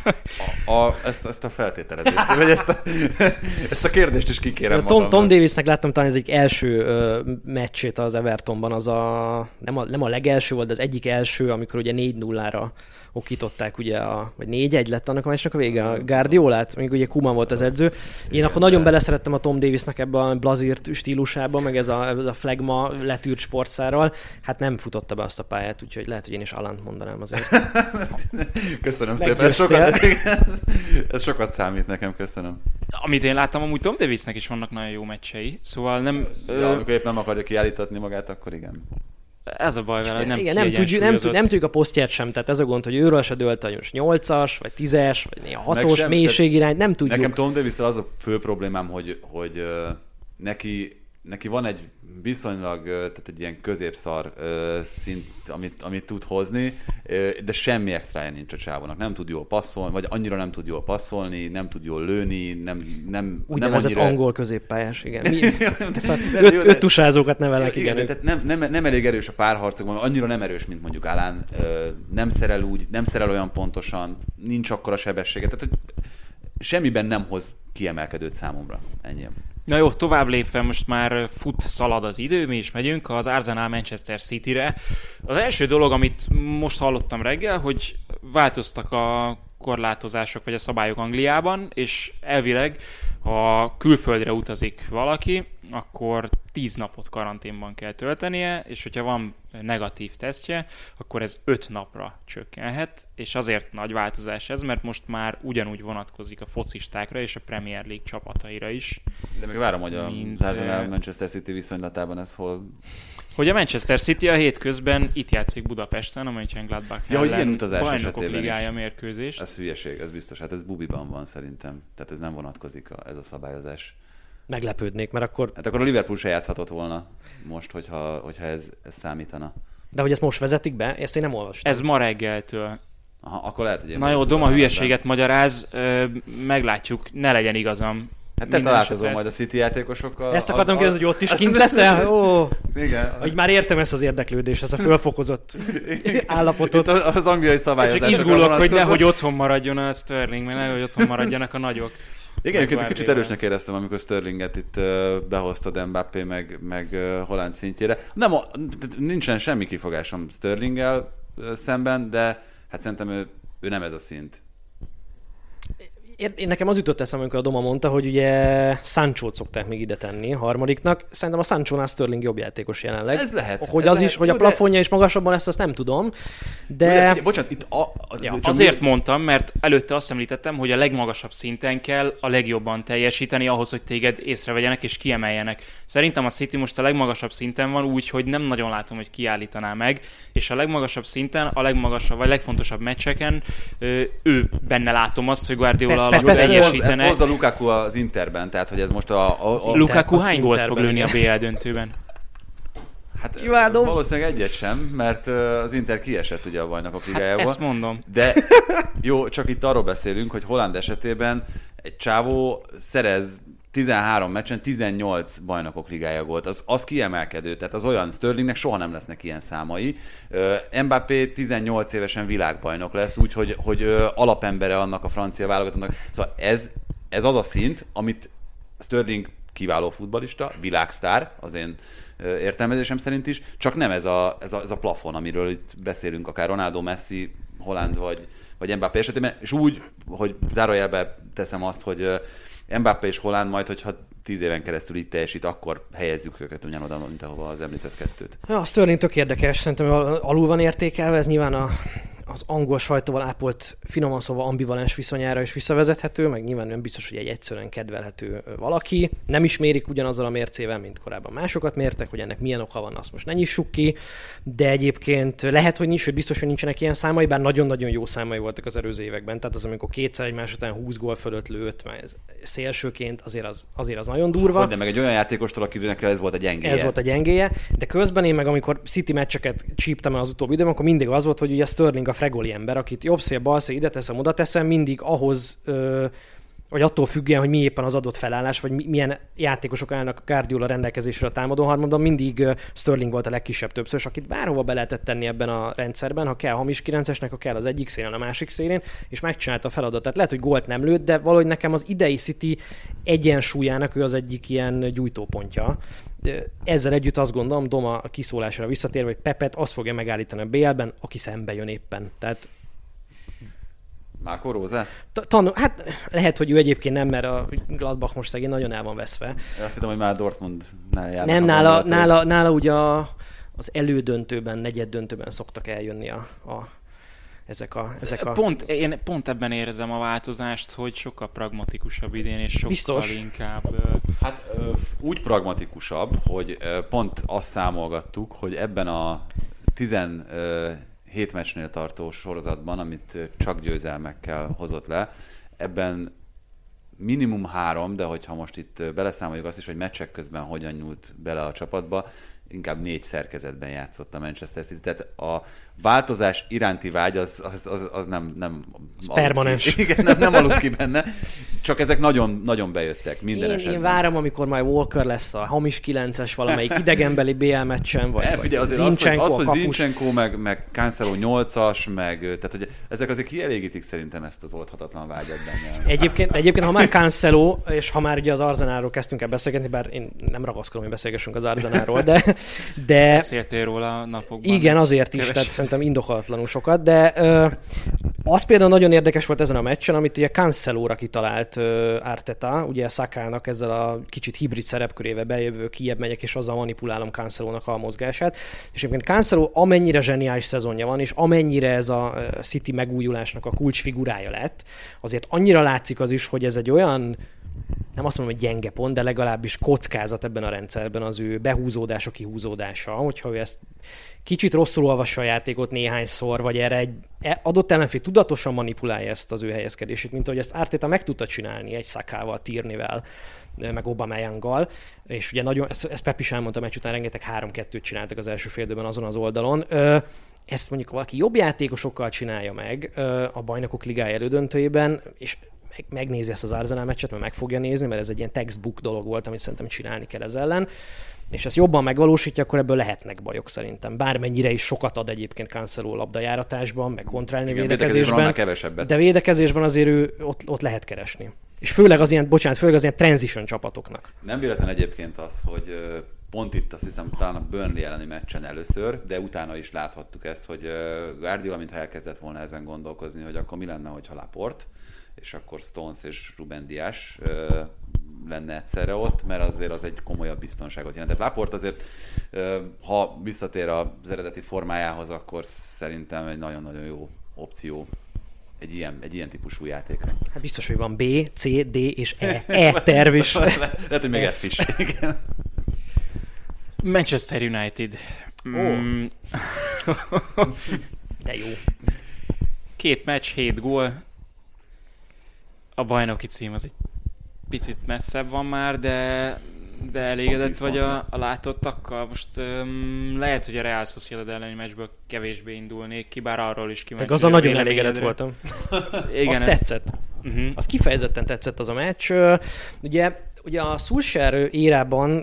ezt a feltételezést, vagy ezt a kérdést is kikérem magamban. Tom Davisnek láttam talán ez egy első meccsét az Evertonban, az nem a legelső volt, de az egyik első, amikor ugye 4-0-ra okították, ugye vagy 4-1 lett annak a meccsnek a vége, a Guardiolát, még ugye Koeman volt az edző. Én akkor nagyon beleszerettem a Tom Davisnek ebbe a blazírt stílusába, meg ez a flagma letűrt sportszárral. Hát nem futotta be azt a pályát, úgyhogy lehet, hogy én is Alant mondanám azért. Köszönöm szépen, ez sokat számít nekem, köszönöm. Amit én láttam, amúgy Tom Davisnek is vannak nagyon jó meccsei, szóval nem... Ja, amikor épp nem akarja kiállítatni magát, akkor igen. Ez a baj vele, hogy nem kiegyensúlyozott. Nem tudjuk a posztját sem, tehát ez a gond, hogy őről se dőlt a 8-as, vagy 10-es, vagy néha 6-os mélységirány, nem tudjuk. Nekem Tom Davis-szel az a fő problémám, hogy neki van egy viszonylag, tehát egy ilyen középszar szint, amit tud hozni, de semmi extrája nincs a csávónak. Nem tud jól passzolni, vagy annyira nem tud jól passzolni, nem tud jól lőni, nem úgynevezett annyira... angol középpályás, igen. Öt tusázókat nevelnek, igen. Tehát nem elég erős a párharcokban, annyira nem erős, mint mondjuk Alan, nem szerel úgy, nem szerel olyan pontosan, nincs akkora sebessége, tehát hogy semmiben nem hoz kiemelkedőt számomra. Ennyi. Na jó, tovább lépve most már szalad az idő, mi is megyünk az Arsenal Manchester City-re. Az első dolog, amit most hallottam reggel, hogy változtak a korlátozások vagy a szabályok Angliában, és elvileg, ha külföldre utazik valaki, akkor 10 napot karanténban kell töltenie, és hogyha van negatív tesztje, akkor ez 5 napra csökkenhet, és azért nagy változás ez, mert most már ugyanúgy vonatkozik a focistákra és a Premier League csapataira is. De még várom, hogy a Arsenal-Manchester City viszonylatában ez hol... Hogy a Manchester City a hétközben itt játszik Budapesten, a Mönchengladbach ellen bajnokok ligája mérkőzés. Ez hülyeség, ez biztos. Hát ez bubiban van szerintem. Tehát ez nem vonatkozik ez a szabályozás. Meglepődnék, mert akkor... Hát akkor a Liverpool se játszhatott volna most, hogyha ez számítana. De hogy ezt most vezetik be, ezt én nem olvastam. Ez ma reggeltől. Aha, akkor lehet, hogy... Na jó, Doma hülyeséget magyaráz, meglátjuk, ne legyen igazam. Hát te találkozol majd a City játékosokkal. Ezt akartam kérdezni, hogy ott is kint leszel? Ó, igen. Hogy már értem ezt az érdeklődést, ezt a fölfokozott állapotot. Itt az angliai szabályozásokra csak izgulok, hogy nehogy otthon maradjon a Sterling, meg nehogy otthon maradjanak a nagyok. Igen, egy kicsit erősnek éreztem, amikor Sterlinget itt behoztad Mbappé meg Holland szintjére. Nincsen semmi kifogásom Sterlinggel szemben, de hát szerintem ő nem ez a szint. Nekem az jutott eszembe, amikor a Doma mondta, hogy ugye Sanchót szokták még ide tenni a harmadiknak. Szerintem a Sanchónál Sterling jobb játékos jelenleg. Ez lehet. Hogy ez az lehet. is, hogy a plafonja is magasabban lesz, azt nem tudom. De... Bocsánat, itt azért mondtam, mert előtte azt említettem, hogy a legmagasabb szinten kell a legjobban teljesíteni ahhoz, hogy téged észrevegyenek és kiemeljenek. Szerintem a City most a legmagasabb szinten van, úgyhogy nem nagyon látom, hogy kiállítaná meg, és a legmagasabb szinten, a legmagasabb vagy legfontosabb meccseken ő benne látom azt, hogy Guardiola alatt teljesítene. Ez hozza Lukaku az Interben, tehát hogy ez most Lukaku hány gólt fog lőni a BL döntőben? Hát Kiválom. valószínűleg egyet sem, mert az Inter kiesett ugye a Bajnokok Ligájából. Ezt mondom. De jó, csak itt arról beszélünk, hogy Haaland esetében egy csávó szerez 13 meccsen 18 Bajnokok Ligája gólt. Az kiemelkedő, tehát az olyan, Sterlingnek soha nem lesznek ilyen számai. Mbappé 18 évesen világbajnok lesz, úgyhogy alapembere annak a francia válogatottnak. Szóval ez az a szint, amit Sterling kiváló futballista, világsztár, az én értelmezésem szerint is, csak nem ez a plafon, amiről itt beszélünk, akár Ronaldo, Messi, Haaland vagy Mbappé esetében, és úgy, hogy zárójelbe teszem azt, hogy Mbappé és Haaland majd, hogyha 10 éven keresztül így teljesít, akkor helyezzük őket ugyanoda, mint ahova az említett kettőt. Ja, a Sterling tök érdekes, szerintem alul van értékelve, ez nyilván az angol sajtóval ápolt, finoman szóval ambivalens viszonyára is visszavezethető, meg nyilván nem biztos, hogy egy egyszerűen kedvelhető valaki. Nem is mérik ugyanazzal a mércével, mint korábban másokat mértek, hogy ennek milyen oka van, azt most ne nyissuk ki, de egyébként lehet, hogy nincs, hogy biztos, hogy nincsenek ilyen számai, bár nagyon-nagyon jó számai voltak az előző években. Tehát az, amikor kétszer egymás után 20 gól fölött lőtt, mert szélsőként azért az nagyon durva. De meg egy olyan játékostól, akinek ez volt a gyengéje. Ez volt a gyengéje, de közben én meg amikor City meccseket csíptem el az utóbbi időben, akkor mindig az volt, hogy ugye Sterling a fregoli ember, akit jobb szél, bal szél, ide teszem, oda teszem, mindig ahhoz, vagy attól függően, hogy mi éppen az adott felállás, vagy milyen játékosok állnak Guardiola rendelkezésre a támadó harmadban, mindig Sterling volt a legkisebb többször, és akit bárhova be lehetett tenni ebben a rendszerben, ha kell hamis 9-esnek, ha kell az egyik szélen, a másik szélén, és megcsinálta a feladatot. Lehet, hogy gólt nem lőtt, de valahogy nekem az idei City egyensúlyának ő az egyik ilyen gyújtópontja. Ezzel együtt azt gondolom, Doma kiszólásra visszatérve, hogy Pepet azt fogja megállítani a BL-ben, aki szembe jön éppen. Tehát Marco Rose? Hát lehet, hogy ő egyébként nem, mert a Gladbach most szegény nagyon el van veszve. Én azt hittem, hogy már Dortmundnál járnak. Nem, nála ugye az elődöntőben, negyeddöntőben szoktak eljönni ezek a... Én pont ebben érzem a változást, hogy sokkal pragmatikusabb idén, és sokkal biztos. Inkább... Hát úgy pragmatikusabb, hogy pont azt számolgattuk, hogy ebben a 17 meccsnél tartó sorozatban, amit csak győzelmekkel hozott le, ebben minimum 3, de hogyha most itt beleszámoljuk azt is, hogy meccsek közben hogyan nyúlt bele a csapatba, inkább 4 szerkezetben játszott a Manchester City. Tehát a változás iránti vágy az nem permanens. Igen, nem aludt ki benne. Csak ezek nagyon, nagyon bejöttek minden esetben. Én várom, amikor majd Walker lesz a hamis 9-es valamelyik idegenbeli BL meccsen, vagy Zinchenko, az, hogy Zinchenko, meg Cancelo 8-as, tehát hogy ezek azért kielégítik szerintem ezt az oldhatatlan vágyat benne. Egyébként, ha már Cancelo, és ha már ugye az Arsenalról kezdtünk el beszélgetni, bár én nem ragaszkodom, hogy beszélgessünk az Arsenalról, de beszéltél róla a napokban. Igen, azért is, tehát szerintem indokolatlanul sokat, de az például nagyon érdekes volt ezen a meccsen, amit ugye Cancelóra kitalált Arteta, ugye Sakának ezzel a kicsit hibrid szerepkörével bejövő, kijebb megyek, és azzal manipulálom Cancelónak a mozgását. És egyébként Cancelo amennyire zseniális szezonja van, és amennyire ez a City megújulásnak a kulcsfigurája lett, azért annyira látszik az is, hogy ez egy olyan, nem azt mondom, hogy gyenge pont, de legalábbis kockázat ebben a rendszerben az ő behúzódása, kihúzódása, hogyha ő ezt kicsit rosszul olvassa a játékot néhányszor, vagy erre egy adott ellenfél tudatosan manipulálja ezt az ő helyezkedését, mint ahogy ezt Arteta meg tudta csinálni egy Sakával, Tierneyvel, meg Aubameyanggal, és ugye nagyon, ezt Pep is elmondta, meccs után rengeteg 3-2-t csináltak az első fél időben azon az oldalon. Ezt mondjuk valaki jobb játékosokkal csinálja meg a Bajnokok Ligája elődöntőjében, és megnézi ezt az Arsenal meccset, mert meg fogja nézni, mert ez egy ilyen textbook dolog volt, amit szerintem csinálni kell ez ellen, és ezt jobban megvalósítja, akkor ebből lehetnek bajok szerintem. Bármennyire is sokat ad egyébként Cancelo labdajáratásban, meg kontrálni védekezésben, de védekezésben azért ő ott lehet keresni. És főleg az ilyen transition csapatoknak. Nem véletlen egyébként az, hogy pont itt azt hiszem talán a Burnley elleni meccsen először, de utána is láthattuk ezt, hogy Guardiola mintha elkezdett volna ezen gondolkozni, hogy akkor mi lenne, hogyha Laporte, és akkor Stones és Ruben Dias lenne egyszerre ott, mert azért az egy komolyabb biztonságot jelent. Tehát Laporte azért, ha visszatér az eredeti formájához, akkor szerintem egy nagyon-nagyon jó opció egy ilyen típusú játékra. Hát biztos, hogy van B, C, D és E terv is. Lehet, hogy még F is. Igen. Manchester United. De jó. 2 meccs, 7 gól. A bajnoki cím az egy picit messzebb van már, de elégedett vagy a látottakkal. Most lehet, hogy a Real Sociedad elleni meccsből kevésbé indulnék ki, bár arról is kíváncsi. Azzal nagyon elégedett voltam. Igen, az tetszett. Az kifejezetten tetszett az a meccs. Ugye a Solskjaer érában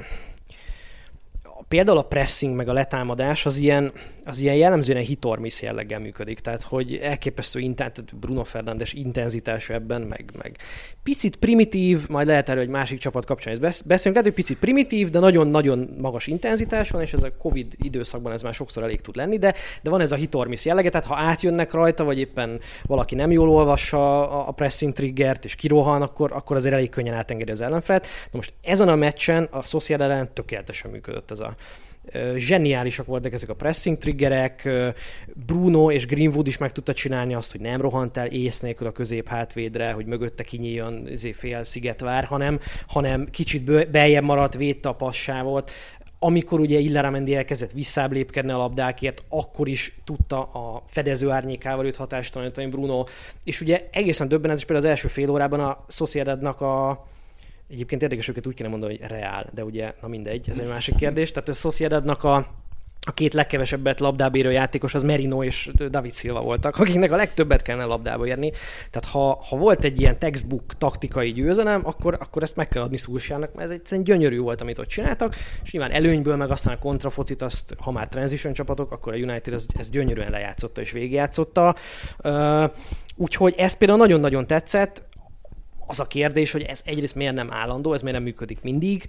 például a pressing meg a letámadás az ilyen jellemzően hit-or-miss jelleggel működik. Tehát, hogy elképesztő Bruno Fernandes intenzitása ebben, meg picit primitív, majd lehet erről egy másik csapat kapcsán beszélünk, lehet, hogy picit primitív, de nagyon-nagyon magas intenzitás van, és ez a Covid időszakban ez már sokszor elég tud lenni, de van ez a hit-or-miss jellege, tehát ha átjönnek rajta, vagy éppen valaki nem jól olvassa a pressing triggert, és kirohan, akkor azért elég könnyen átengedi az ellenfelet. De most ezen a meccsen a Sociedad ellen tökéletesen működött ez a zseniálisak voltak ezek a pressing triggerek, Bruno és Greenwood is meg tudta csinálni azt, hogy nem rohant el ész nélkül a közép hátvédre, hogy mögötte kinyíljon fél szigetvár, hanem kicsit beljebb maradt, védte a passávot. Amikor ugye Illaramendi elkezdett visszább lépkedni a labdákért, akkor is tudta a fedező árnyékával őt hatástalanítani Bruno. És ugye egészen döbbenetes, például az első fél órában a Sociedadnak egyébként érdekes, őket úgy kéne mondani, hogy Real, de ugye, na mindegy, ez egy másik kérdés. Tehát a Sociedadnak a 2 legkevesebbet labdába érő játékos az Merino és David Silva voltak, akiknek a legtöbbet kellene labdába érni. Tehát ha volt egy ilyen textbook taktikai győzelem, akkor ezt meg kell adni Solskjaernek, mert ez egyszerűen gyönyörű volt, amit ott csináltak, és nyilván előnyből, meg aztán a kontrafocit, azt, ha már transition csapatok, akkor a United ezt gyönyörűen lejátszotta és végigjátszotta. Úgyhogy ez például nagyon-nagyon tetszett. Az a kérdés, hogy ez egyrészt miért nem állandó, ez miért nem működik mindig,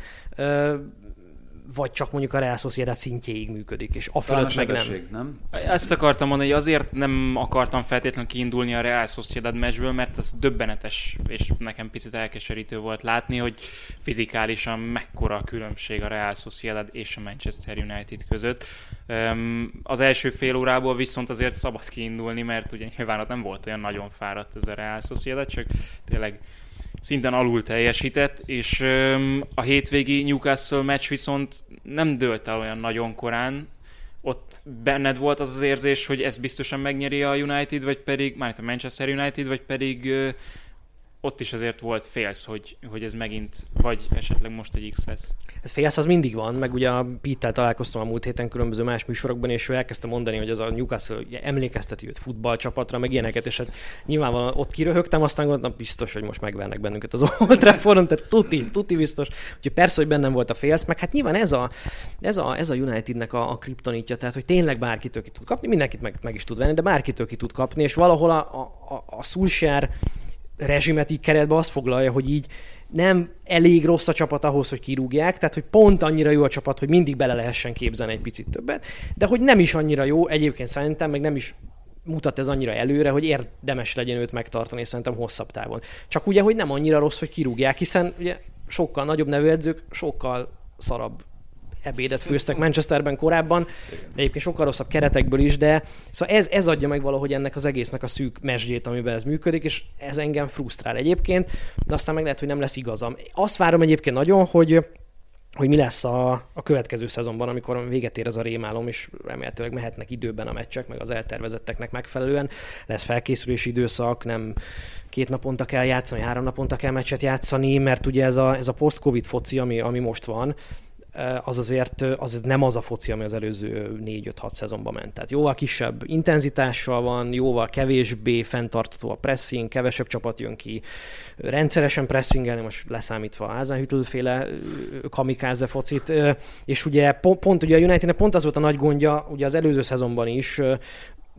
vagy csak mondjuk a Real Sociedad szintjéig működik, és afölött meg nem. Ezt akartam mondani, hogy azért nem akartam feltétlenül kiindulni a Real Sociedad meccsből, mert az döbbenetes, és nekem picit elkeserítő volt látni, hogy fizikálisan mekkora a különbség a Real Sociedad és a Manchester United között. Az első fél órából viszont azért szabad kiindulni, mert ugye nyilván ott nem volt olyan nagyon fáradt ez a Real Sociedad, csak tényleg szinten alul teljesített, és a hétvégi Newcastle meccs viszont nem dőlt el olyan nagyon korán. Ott benned volt az érzés, hogy ez biztosan megnyeri a United, vagy pedig, mármint a Manchester United, vagy pedig ott is azért volt félsz, hogy ez megint, vagy esetleg most egy X lesz. Ez félsz az mindig van, meg ugye a Pete-tel találkoztam a múlt héten különböző más műsorokban, és ő elkezdte mondani, hogy az a Newcastle emlékezteti őt futballcsapatra, meg ilyeneket, és hát nyilvánvalóan ott kiröhögtem, aztán gondoltam, biztos, hogy most megvernek bennünket az Old Traffordon, tehát tuti biztos. Úgyhogy persze, hogy bennem volt a félsz, meg hát nyilván ez a Unitednek a kriptonitja, tehát hogy tényleg bárkitől ki tud kapni, mindenkit meg is tud venni, de bárkitől ki tud kapni, és valahol a Solskjaer rezsimet így keretbe azt foglalja, hogy így nem elég rossz a csapat ahhoz, hogy kirúgják, tehát hogy pont annyira jó a csapat, hogy mindig bele lehessen képzelni egy picit többet, de hogy nem is annyira jó, egyébként szerintem, meg nem is mutat ez annyira előre, hogy érdemes legyen őt megtartani, és szerintem hosszabb távon. Csak ugye, hogy nem annyira rossz, hogy kirúgják, hiszen ugye sokkal nagyobb nevű edzők, sokkal szarabb ebédet főztek Manchesterben korábban, de egyébként sokkal rosszabb keretekből is, de szóval ez adja meg valahogy ennek az egésznek a szűk mesdjét, amiben ez működik, és ez engem frusztrál egyébként, de aztán meg lehet, hogy nem lesz igazam. Azt várom egyébként nagyon, hogy mi lesz a következő szezonban, amikor véget ér ez a rémálom, és remélhetőleg mehetnek időben a meccsek, meg az eltervezetteknek megfelelően. Lesz felkészülési időszak, nem 2 naponta kell játszani, 3 naponta kell meccset játszani, mert ugye ez a post-covid foci, ami most van, az azért nem az a foci, ami az előző 4-5-6 szezonban ment. Tehát jóval kisebb intenzitással van, jóval kevésbé fenntartható a pressing, kevesebb csapat jön ki, rendszeresen pressingelni, most leszámítva a Hasenhüttl-féle kamikáze focit, és ugye pont ugye a Unitednek pont az volt a nagy gondja, ugye az előző szezonban is,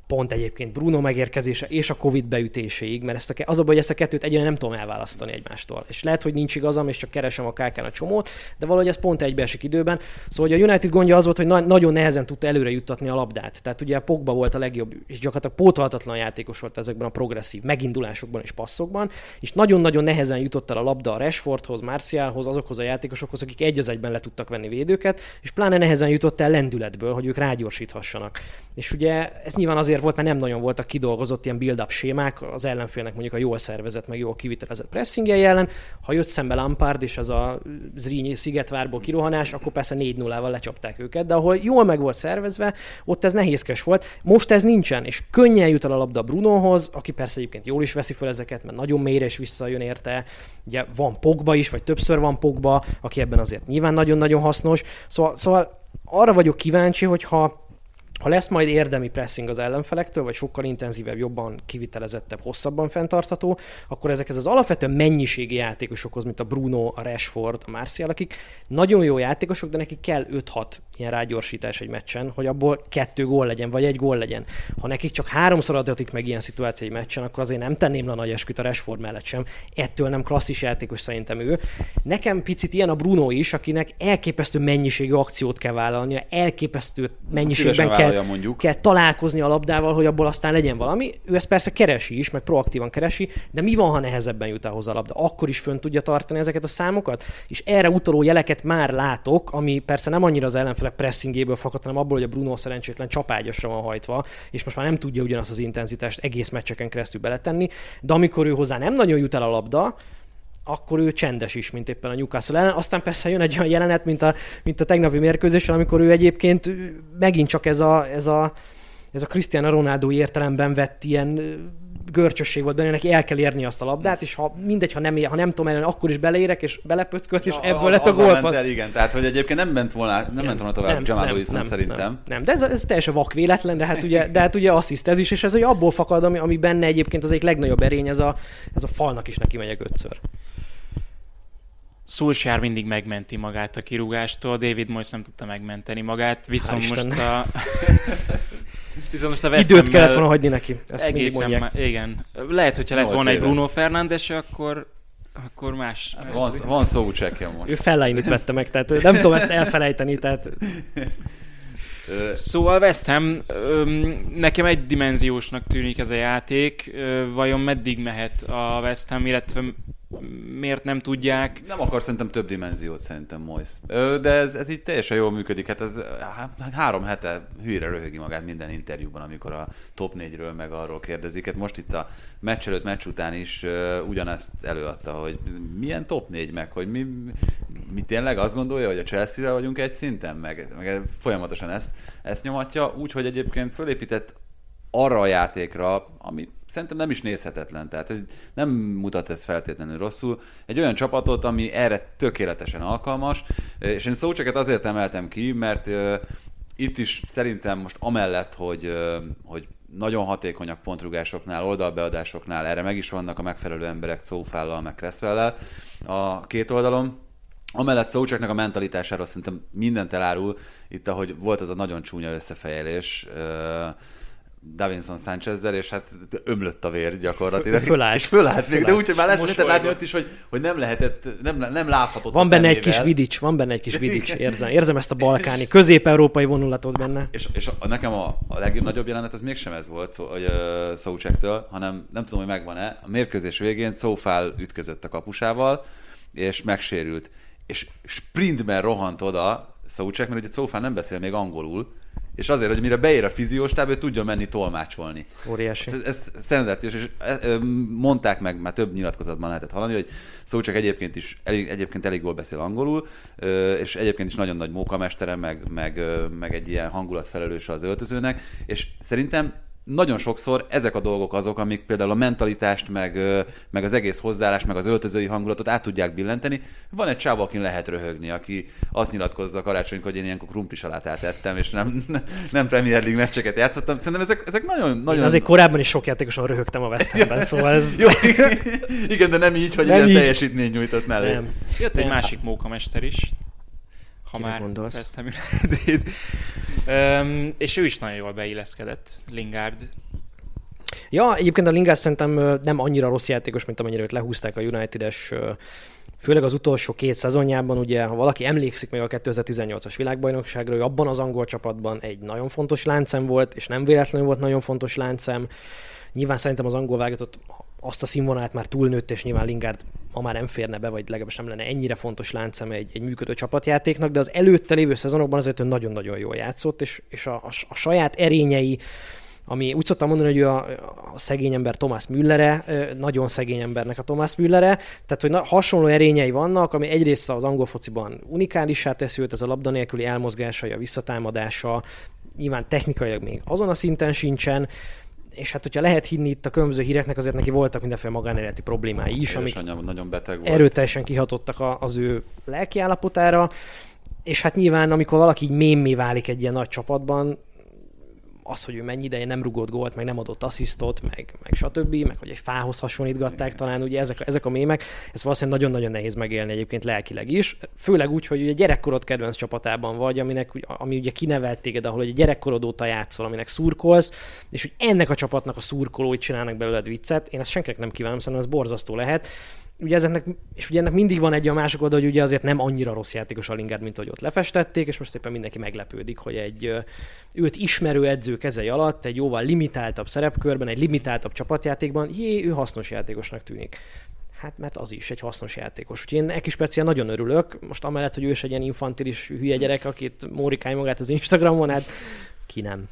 pont egyébként Bruno megérkezése és a Covid beütéséig, mert az a baj, hogy ezt a kettőt egyébként nem tudom elválasztani egymástól. És lehet, hogy nincs igazam, és csak keresem a KK-n a csomót, de valahogy ez pont egybeesik időben. Szóval a United gondja az volt, hogy nagyon nehezen tudta előre juttatni a labdát. Tehát ugye Pogba volt a legjobb, és gyakorlatilag pótolhatatlan játékos volt ezekben a progresszív megindulásokban és passzokban, és nagyon-nagyon nehezen jutott el a labda a Rashfordhoz, Martialhoz, azokhoz a játékosokhoz, akik egy az egyben le tudtak venni védőket, és pláne nehezen jutott el lendületből, hogy ők rágyorsíthassanak. És ugye ez nyilván azért volt, mert nem nagyon voltak kidolgozott ilyen build-up sémák az ellenfélnek mondjuk a jól szervezett, meg jól kivitelezett pressingjei ellen. Ha jött szembe Lampard és az a Zrínyi szigetvárból kirohanás, akkor persze 4-0-val lecsapták őket, de ahol jól meg volt szervezve, ott ez nehézkes volt. Most ez nincsen, és könnyen jut el a labda Brunohoz, aki persze egyébként jól is veszi fel ezeket, mert nagyon mélyre is visszajön érte. Ugye van Pogba is, vagy többször van Pogba, aki ebben azért nyilván nagyon-nagyon hasznos. Szóval arra vagyok kíváncsi, hogy ha lesz majd érdemi pressing az ellenfelektől, vagy sokkal intenzívebb, jobban kivitelezettebb, hosszabban fenntartható, akkor ezekhez az alapvetően mennyiségi játékosokhoz, mint a Bruno, a Rashford, a Martial, akik nagyon jó játékosok, de nekik kell 5-6 ilyen rágyorsítás egy meccsen, hogy abból 2 gól legyen, vagy 1 gól legyen. Ha nekik csak 3-szor adatik meg ilyen szituáció egy meccsen, akkor azért nem tenném le a nagy esküt a Rashford mellett sem. Ettől nem klasszis játékos szerintem ő. Nekem picit ilyen a Bruno is, akinek elképesztő mennyiségű akciót kell vállalnia, elképesztő mennyiségben kell találkozni a labdával, hogy abból aztán legyen valami. Ő ezt persze keresi is, meg proaktívan keresi, de mi van, ha nehezebben jut el hozzá a labda? Akkor is fönn tudja tartani ezeket a számokat? És erre utaló jeleket már látok, ami persze nem annyira az ellenfelek pressingjéből fakad, hanem abból, hogy a Bruno szerencsétlen csapágyasra van hajtva, és most már nem tudja ugyanazt az intenzitást egész meccseken keresztül beletenni, de amikor ő hozzá nem nagyon jut el a labda, akkor ő csendes is, mint éppen a Newcastle ellen. Aztán persze jön egy olyan jelenet, mint a tegnapi mérkőzésen, amikor ő egyébként megint csak ez a Cristiano Ronaldo értelemben vett ilyen görcsösség volt benne, neki el kell érni azt a labdát, és ha nem tudom ellen, akkor is beleérek, és belepöckölt, és ebből lett a gólpassz. Igen, tehát hogy egyébként nem ment volna tovább Jamal Wilson szerintem. Nem, de ez teljesen vakvéletlen, de hát ugye assziszt ez is, és ez ugye abból fakad, ami benne egyébként az egyik legnagyobb erény, ez a falnak is neki megy 5-ször. Solskjaer mindig megmenti magát a kirúgástól, David Moyes nem tudta megmenteni magát, viszont most a West Ham-mel időt kellett volna hagyni neki, ezt mindig mondják. Igen. Lehet, hogyha lett volna egy Bruno Fernandes, akkor más. Hát van szó csekje most. Ő Fellainit vette meg, tehát nem tudom ezt elfelejteni, tehát... Szóval West Ham, nekem egydimenziósnak tűnik ez a játék, vajon meddig mehet a West Ham, illetve miért nem tudják? Nem akar szerintem több dimenziót szerintem Moyes. De ez így teljesen jól működik. Hát ez 3 hete hülyére röhögi magát minden interjúban, amikor a top 4-ről meg arról kérdezik. Hát most itt a meccs előtt, meccs után is ugyanezt előadta, hogy milyen top 4 meg, hogy mi tényleg azt gondolja, hogy a Chelsea-vel vagyunk egy szinten, meg folyamatosan ezt nyomatja, úgyhogy egyébként fölépített arra a játékra, ami szerintem nem is nézhetetlen, tehát nem mutat ez feltétlenül rosszul. Egy olyan csapatot, ami erre tökéletesen alkalmas, és én Součeket azért emeltem ki, mert itt is szerintem most amellett, hogy nagyon hatékonyak pontrugásoknál, oldalbeadásoknál, erre meg is vannak a megfelelő emberek Coufallal, meg Cresswell-lel a két oldalon. Amellett Součeknek a mentalitásáról szerintem mindent elárul, itt ahogy volt az a nagyon csúnya összefejelés Davinson Sanchezzel, és hát ömlött a vér gyakorlatilag. Fölállt még, de úgy, hogy már lehetett látni ott is, hogy nem lehetett, nem láthatott van benne egy kis Vidic, érzem ezt a balkáni, közép-európai vonulatot benne. És nekem a legnagyobb jelenet az mégsem ez volt Součektől, hanem nem tudom, hogy megvan-e. A mérkőzés végén Coufal ütközött a kapusával, és megsérült. És sprintben rohant oda Souček, mert ugye Coufal nem beszél még angolul, és azért, hogy mire beér a fizióstáb, ő tudjon menni tolmácsolni. Óriási. Ez szenzációs, és mondták meg, már több nyilatkozatban lehetett hallani, hogy Souček egyébként elég jól beszél angolul, és egyébként is nagyon nagy mókamestere, meg egy ilyen hangulatfelelőse az öltözőnek, és szerintem nagyon sokszor ezek a dolgok azok, amik például a mentalitást, meg az egész hozzáállást, meg az öltözői hangulatot át tudják billenteni. Van egy csáva, akin lehet röhögni, aki azt nyilatkozza karácsonykor, hogy én ilyenkor krumplisalátát ettem, és nem Premier League meccseket játszottam. Szerintem ezek nagyon... Én azért korábban is sok játékosan röhögtem a West Hamben, szóval ez... Jó, igen, de nem így, hogy ilyen teljesítményt nyújtott mellé. Nem. Jött egy másik mókamester is, ha már West Ham United. És ő is nagyon jól beilleszkedett, Lingard. Ja, egyébként a Lingard szerintem nem annyira rossz játékos, mint amennyire őt lehúzták a United-es, főleg az utolsó 2 szezonjában, ugye, ha valaki emlékszik még a 2018-as világbajnokságra, ő abban az angol csapatban egy nagyon fontos láncszem volt, és nem véletlenül volt nagyon fontos láncszem. Nyilván szerintem az angol válogatott azt a színvonalat már túlnőtt, és nyilván Lingard ma már nem férne be, vagy legalábbis nem lenne ennyire fontos láncszem egy működő csapatjátéknak, de az előtte lévő szezonokban azért ő nagyon-nagyon jól játszott, és a saját erényei, ami úgy szoktam mondani, hogy ő a szegény ember Thomas Müllere, nagyon szegény embernek a Thomas Müllere, tehát hogy hasonló erényei vannak, ami egyrészt az angol fociban unikálissá teszi őt, ez a labda nélküli elmozgása, a visszatámadása, nyilván technikailag még azon a szinten sincsen, és hát hogyha lehet hinni itt a különböző híreknek, azért neki voltak mindenféle magánéleti problémái is, amik nagyon beteg volt. Erőteljesen kihatottak az ő lelkiállapotára, és hát nyilván amikor valaki így mémmé válik egy ilyen nagy csapatban, az, hogy ő mennyi ideje nem rugott gólt, meg nem adott asszisztot, meg stb., meg hogy egy fához hasonlítgatták talán, ugye ezek a mémek, ezt valószínűleg nagyon-nagyon nehéz megélni egyébként lelkileg is, főleg úgy, hogy ugye gyerekkorod kedvenc csapatában vagy, ami ugye kinevelt téged, ahol egy gyerekkorod óta játszol, aminek szurkolsz, és hogy ennek a csapatnak a szurkolói csinálnak belőled viccet, én ezt senkinek nem kívánom, szerintem ez borzasztó lehet. Ugye ennek mindig van egy a másik oldal, hogy ugye azért nem annyira rossz játékos a Lingard, mint ahogy ott lefestették, és most szépen mindenki meglepődik, hogy egy őt ismerő edző kezei alatt egy jóval limitáltabb szerepkörben, egy limitáltabb csapatjátékban, ő hasznos játékosnak tűnik. Hát mert az is egy hasznos játékos. Úgyhogy én neki speciál nagyon örülök. Most amellett, hogy ő is egy ilyen infantilis hülye gyerek, akit mórikálja magát az Instagramon, hát ki nem.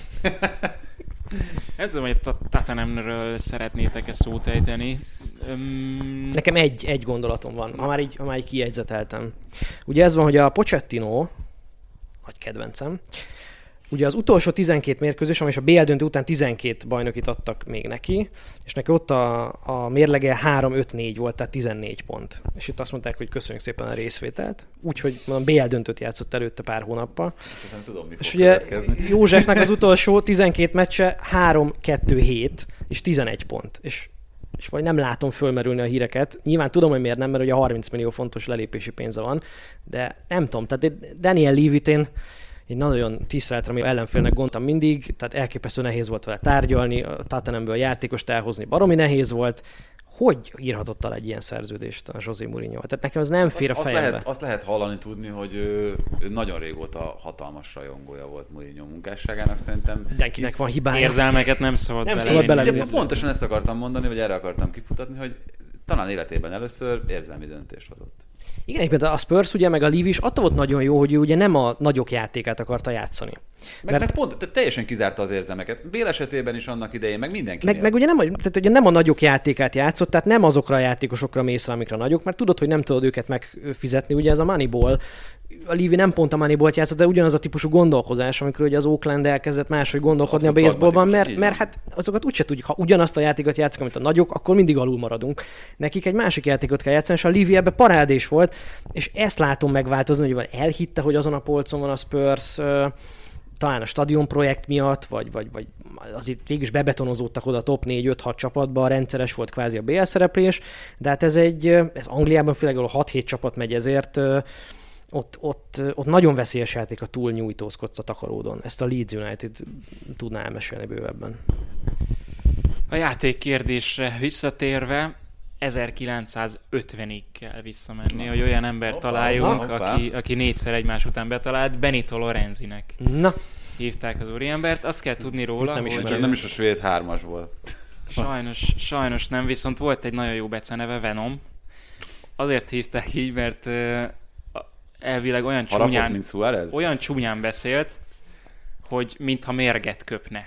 Nem tudom, hogy a Tottenhamről szeretnétek-e szót ejteni. Nekem egy gondolatom van, ha már így kijegyzeteltem. Ugye ez van, hogy a Pochettino, nagy kedvencem, ugye az utolsó 12 mérkőzés, és a BL döntő után 12 bajnokit adtak még neki, és neki ott a mérlege 3-5-4 volt, tehát 14 pont. És itt azt mondták, hogy köszönjük szépen a részvételt. Úgyhogy BL döntőt játszott előtte pár hónappal. Nem tudom, mi és ugye Józsefnek az utolsó 12 meccse 3-2-7 és 11 pont. És vagy nem látom fölmerülni a híreket. Nyilván tudom, hogy miért nem, mert ugye 30 millió fontos lelépési pénze van, de nem tudom, tehát Daniel Levy-t én nagyon tiszteletre, ami ellenfélnek gondoltam mindig, tehát elképesztő nehéz volt vele tárgyalni, a Tottenhamből játékost elhozni baromi nehéz volt. Hogy írhatott el egy ilyen szerződést a José Mourinho? Tehát nekem ez nem fér a fejembe. Azt lehet hallani, tudni, hogy ő nagyon régóta hatalmas rajongója volt Mourinho munkásságának, szerintem. Mindenkinek van hibája. Érzelmeket nem szabad belevenni. Pontosan ezt akartam mondani, vagy erre akartam kifutatni, hogy talán életében először érzelmi döntést hozott. Igen, egyébként a Spurs ugye, meg a Levy is attól volt nagyon jó, hogy ő ugye nem a nagyok játékát akarta játszani. Meg pont teljesen kizárta az érzelmeket. Bél esetében is annak idején, meg mindenkinél. Meg ugye nem a nagyok játékát játszott, tehát nem azokra a játékosokra mész rá, amikre nagyok, mert tudod, hogy nem tudod őket megfizetni. Ugye ez a Moneyball, a Levy nem pont a Moneyballt játszott, de ugyanaz a típusú gondolkozás, amikor ugye az Oakland elkezdett máshogy gondolkodni a baseballban, mert hát azokat úgyse tudjuk, ha ugyanazt a játékot játszik, amit a nagyok, akkor mindig alul maradunk. Nekik egy másik játékot kell játszani, és a Levy ebbe parádés volt, és ezt látom megváltozni, hogy elhitte, hogy azon a polcon van a Spurs, talán a stadion projekt miatt, vagy azért végül is bebetonozódtak oda a top 4-5-6 csapatba, rendszeres volt kvázi a BL szereplés, de hát ez Angliában főleg 6-7 csapat megy, ezért ott nagyon veszélyes játék, a túl nyújtózkodsz a takaródon. Ezt a Leeds United tudná elmesélni bővebben. A játék kérdésre visszatérve, 1950-ig kell visszamenni, hogy olyan ember találjunk, aki 4-szer egymás után betalált. Benito Lorenzinek hívták az úriembert. Azt kell tudni róla, hogy... Nem is a svéd 3-as volt. Sajnos nem, viszont volt egy nagyon jó beceneve, Venom. Azért hívták így, mert elvileg olyan csúnyán beszélt, hogy mintha mérget köpne.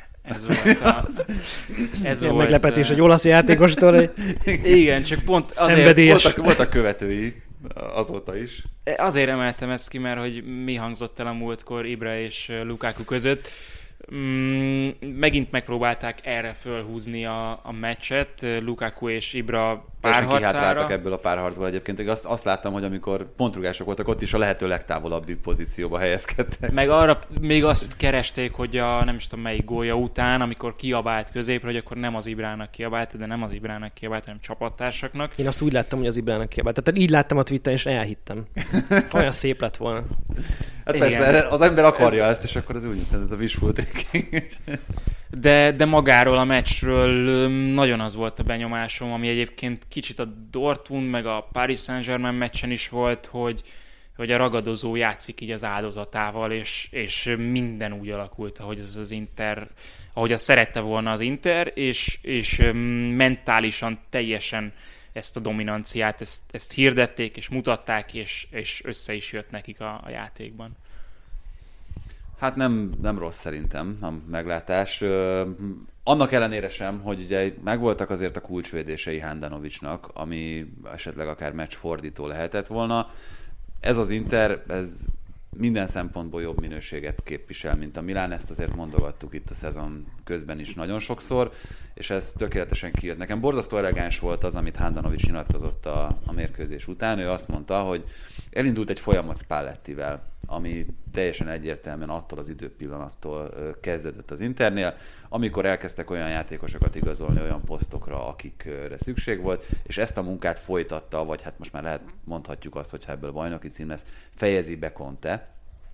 Ez volt meglepetés egy olasz játékostól. Igen, csak pont azért voltak követői azóta is. Azért emeltem ezt ki, mert hogy mi hangzott el a múltkor Ibra és Lukaku között. Megint megpróbálták erre fölhúzni a meccset, Lukaku és Ibra párharcára. Kihátráltak ebből a párharcból egyébként. Azt láttam, hogy amikor pontrugások voltak, ott is a lehető legtávolabbi pozícióba helyezkedtek. Meg arra még azt keresték, hogy nem is tudom melyik gólja után, amikor kiabált középre, hogy akkor nem az Ibrának kiabált, de nem az Ibrának kiabált, hanem csapattársaknak. Én azt úgy láttam, hogy az Ibrának kiabált. Tehát így láttam a Twitteren, és elhittem. Olyan szép lett volna. Hát persze, az ember akarja ezt, és akkor az úgy, ez a wishful thinking. De magáról a meccsről nagyon az volt a benyomásom, ami egyébként kicsit a Dortmund meg a Paris Saint-Germain meccsen is volt, hogy a ragadozó játszik így az áldozatával, és minden úgy alakult, ahogy az Inter, ahogy azt szerette volna az Inter, és mentálisan teljesen ezt a dominanciát, ezt hirdették, és mutatták, és össze is jött nekik a játékban. Hát nem rossz szerintem a meglátás. Annak ellenére sem, hogy ugye megvoltak azért a kulcsvédései Handanovicsnak, ami esetleg akár meccsfordító lehetett volna. Ez az Inter, ez minden szempontból jobb minőséget képvisel, mint a Milán, ezt azért mondogattuk itt a szezon közben is nagyon sokszor, és ez tökéletesen kijött. Nekem borzasztó elegáns volt az, amit Handanovics nyilatkozott a mérkőzés után. Ő azt mondta, hogy elindult egy folyamat Spallettivel, ami teljesen egyértelműen attól az időpillanattól kezdődött az Internél, amikor elkezdtek olyan játékosokat igazolni olyan posztokra, akikre szükség volt, és ezt a munkát folytatta, vagy hát most már mondhatjuk azt, hogyha ebből bajnoki cím lesz, fejezi be Conte.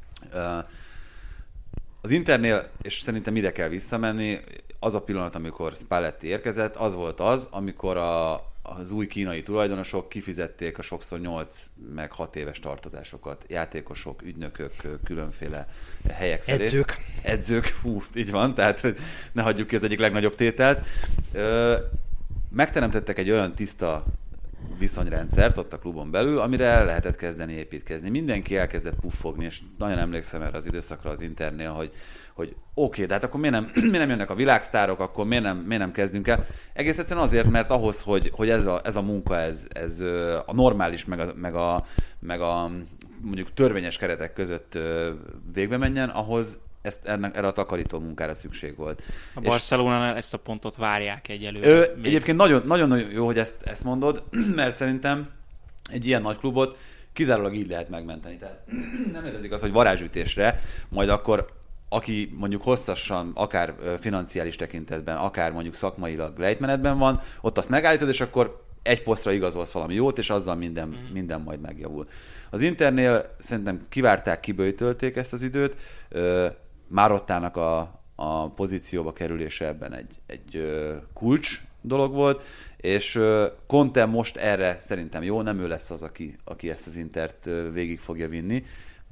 Az Internél, és szerintem ide kell visszamenni, az a pillanat, amikor Spalletti érkezett, az volt az, amikor az új kínai tulajdonosok kifizették a sokszor 8 meg 6 éves tartozásokat, játékosok, ügynökök, különféle helyek felé. Edzők, így van, tehát ne hagyjuk ki az egyik legnagyobb tételt. Megteremtettek egy olyan tiszta viszonyrendszert ott a klubon belül, amire el lehetett kezdeni építkezni. Mindenki elkezdett puffogni, és nagyon emlékszem erre az időszakra az Internél, hogy oké, de hát akkor miért nem jönnek a világsztárok, akkor miért nem kezdünk el? Egész egyszerűen azért, mert ahhoz, hogy ez a munka, ez a normális, meg a mondjuk törvényes keretek között végbe menjen, ahhoz erre a takarító munkára szükség volt. A Barcelonánál ezt a pontot várják egyelőre. Egyébként nagyon jó, hogy ezt mondod, mert szerintem egy ilyen nagy klubot kizárólag így lehet megmenteni. Tehát nem létezik az, hogy varázsütésre, majd akkor aki mondjuk hosszasan, akár financiális tekintetben, akár mondjuk szakmailag lejtmenetben van, ott azt megállítod, és akkor egy posztra igazolsz valami jót, és azzal minden majd megjavul. Az Internél szerintem kivárták, kiböjtölték ezt az időt, Marottának a pozícióba kerülése ebben egy kulcs dolog volt, és Conte most erre szerintem jó, nem ő lesz az, aki ezt az Intert végig fogja vinni.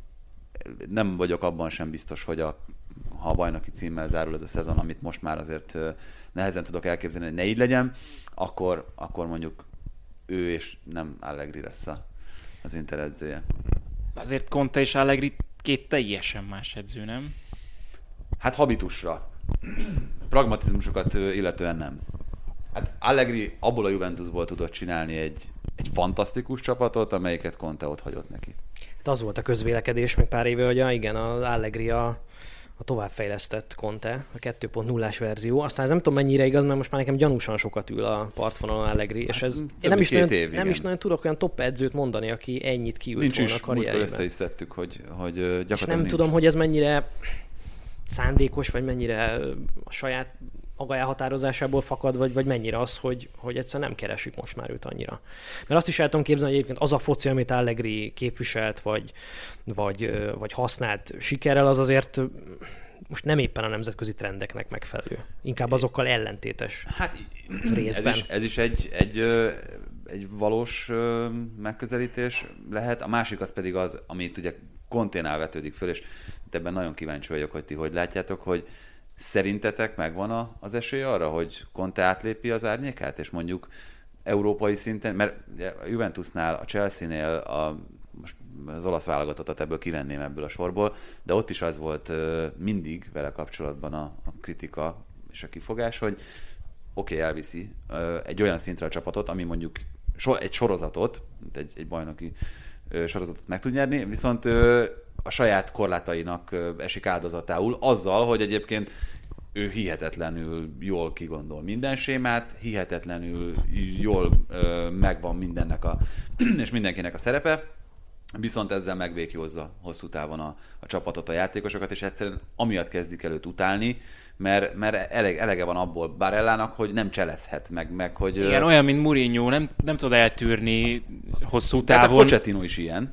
Nem vagyok abban sem biztos, hogy ha a bajnoki címmel zárul ez a szezon, amit most már azért nehezen tudok elképzelni, hogy ne így legyen, akkor mondjuk ő és nem Allegri lesz az Inter edzője. Azért Conte és Allegri két teljesen más edző, nem? Hát habitusra. Pragmatizmusokat illetően nem. Hát Allegri abból a Juventusból tudott csinálni egy fantasztikus csapatot, amelyiket Conte ott hagyott neki. Hát az volt a közvélekedés még pár éve, hogy igen, az Allegri a továbbfejlesztett Conte, a 2.0-ás verzió. Aztán ez nem tudom mennyire igaz, mert most már nekem gyanúsan sokat ül a partvonalon Allegri, és ez én nem is nagyon tudok olyan top edzőt mondani, aki ennyit kiült volna a karrierében. Nincs is, össze is szedtük, hogy gyakorlatilag és nem nincs. tudom, hogy ez mennyire szándékos, vagy mennyire a saját maga elhatározásából fakad, vagy mennyire az, hogy egyszerűen nem keresik most már őt annyira. Mert azt is el tudom képzelni, hogy egyébként az a foci, amit Allegri képviselt, vagy használt sikerrel, az azért most nem éppen a nemzetközi trendeknek megfelelő. Inkább azokkal ellentétes részben. Ez is egy valós megközelítés lehet. A másik az pedig az, amit ugye Conténál vetődik föl, és ebben nagyon kíváncsi vagyok, hogy ti hogy látjátok, hogy szerintetek megvan az esély arra, hogy Conte átlépi az árnyékát, és mondjuk európai szinten, mert a Juventusnál, a Chelsea-nél, most az olasz válogatottat ebből kivenném ebből a sorból, de ott is az volt mindig vele kapcsolatban a kritika és a kifogás, hogy oké, elviszi egy olyan szintre a csapatot, ami mondjuk egy sorozatot, egy bajnoki sorozatot meg tud nyerni, viszont a saját korlátainak esik áldozatául azzal, hogy egyébként ő hihetetlenül jól kigondol minden sémát, hihetetlenül jól megvan mindennek és mindenkinek a szerepe, viszont ezzel megvékjózza hosszú távon a csapatot, a játékosokat, és egyszerűen amiatt kezdik el őt utálni, mert elege van abból Barellának, hogy nem cselezhet, meg hogy... Igen, olyan, mint Mourinho, nem tud eltűrni hosszú tehát távon. a Pochettino is ilyen.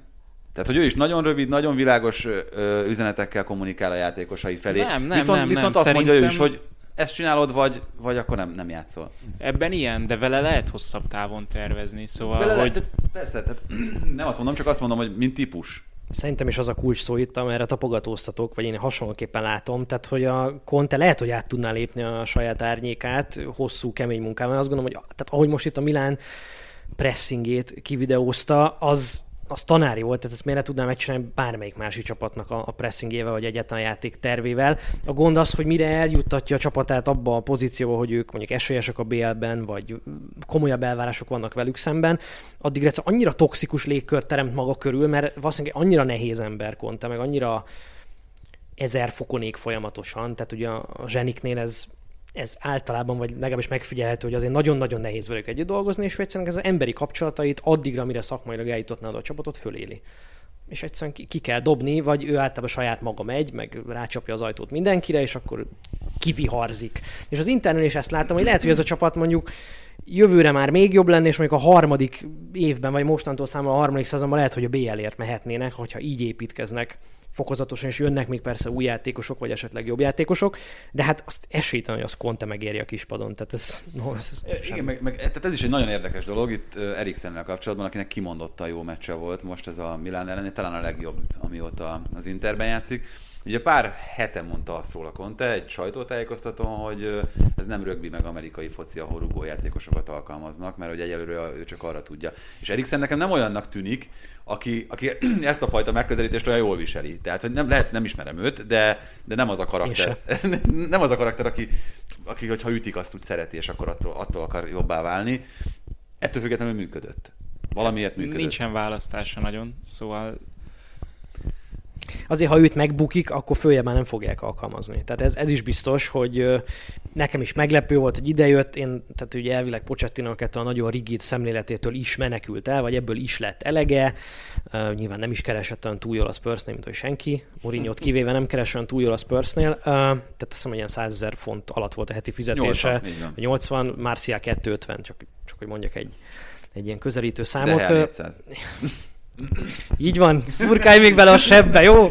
Tehát, hogy ő is nagyon rövid, nagyon világos üzenetekkel kommunikál a játékosai felé. Viszont azt mondja ő is, hogy ezt csinálod, vagy akkor nem játszol. Ebben ilyen, de vele lehet hosszabb távon tervezni, szóval, Persze, tehát nem azt mondom, csak azt mondom, hogy mint típus. Szerintem is az a kulcs szó itt, amerre tapogatóztatok, vagy én hasonlóképpen látom, tehát hogy a Conte lehet, hogy át tudná lépni a saját árnyékát hosszú, kemény munkával. Azt gondolom, hogy tehát ahogy most itt a Milán pressingét kivideózta, az tanári volt, tehát ezt miért ne tudnám megcsinálni bármelyik másik csapatnak a pressingével, vagy egyáltalán a játék tervével. A gond az, hogy mire eljuttatja a csapatát abba a pozícióba, hogy ők mondjuk esélyesek a BL-ben, vagy komolyabb elvárások vannak velük szemben, addig egyszerűen annyira toxikus légkört teremt maga körül, mert valószínűleg annyira nehéz ember Conte, meg annyira 1000 fokon ég folyamatosan, tehát ugye a zseniknél ez általában, vagy legalábbis megfigyelhető, hogy azért nagyon-nagyon nehéz velük együtt dolgozni, és egyszerűen ez az emberi kapcsolatait addigra, mire szakmailag eljutatnád a csapatot, föléli. És egyszerűen ki kell dobni, vagy ő általában saját maga megy, meg rácsapja az ajtót mindenkire, és akkor kiviharzik. És az Internél is ezt láttam, hogy lehet, hogy ez a csapat mondjuk jövőre már még jobb lenne, és mondjuk a harmadik évben, vagy mostantól számolva a harmadik szezonban lehet, hogy a BL-ért mehetnének, hogyha így építkeznek fokozatosan, és jönnek még persze új játékosok, vagy esetleg jobb játékosok, de hát azt esélytelen, hogy az Conte megéri a kispadon. Tehát ez igen, tehát ez is egy nagyon érdekes dolog itt Eriksennel kapcsolatban, akinek kimondottan jó meccse volt most ez a Milán ellen, talán a legjobb, amióta az Interben játszik. Ugye pár hete mondta azt róla Conte egy sajtótájékoztatón, hogy ez nem rögbi meg amerikai foci, ahol rugó játékosokat alkalmaznak, mert hogy egyelőre ő csak arra tudja. És Eriksen nekem nem olyannak tűnik, aki ezt a fajta megközelítést olyan jól viseli. Tehát, hogy nem ismerem őt, de nem az a karakter. Nem az a karakter, aki hogyha ütik, azt úgy szereti, és akkor attól akar jobbá válni. Ettől függetlenül működött. Valamiért működött. Nincsen választása nagyon, szóval azért, ha őt megbukik, akkor följebb már nem fogják alkalmazni. Tehát ez is biztos, hogy nekem is meglepő volt, hogy idejött, tehát ugye elvileg Pochettino-nak ettől a nagyon rigid szemléletétől is menekült el, vagy ebből is lett elege. Nyilván nem is keresett olyan túl jól a Spursnél, mint hogy senki. Mourinho-t kivéve nem keres olyan túl jól a Spursnél. Tehát azt hiszem, hogy ilyen 100 000 font alatt volt a heti fizetése. 80, Martial 250, csak hogy mondjak egy ilyen közelítő számot. De 700. Így van, szurkálj még bele a sebbe, jó?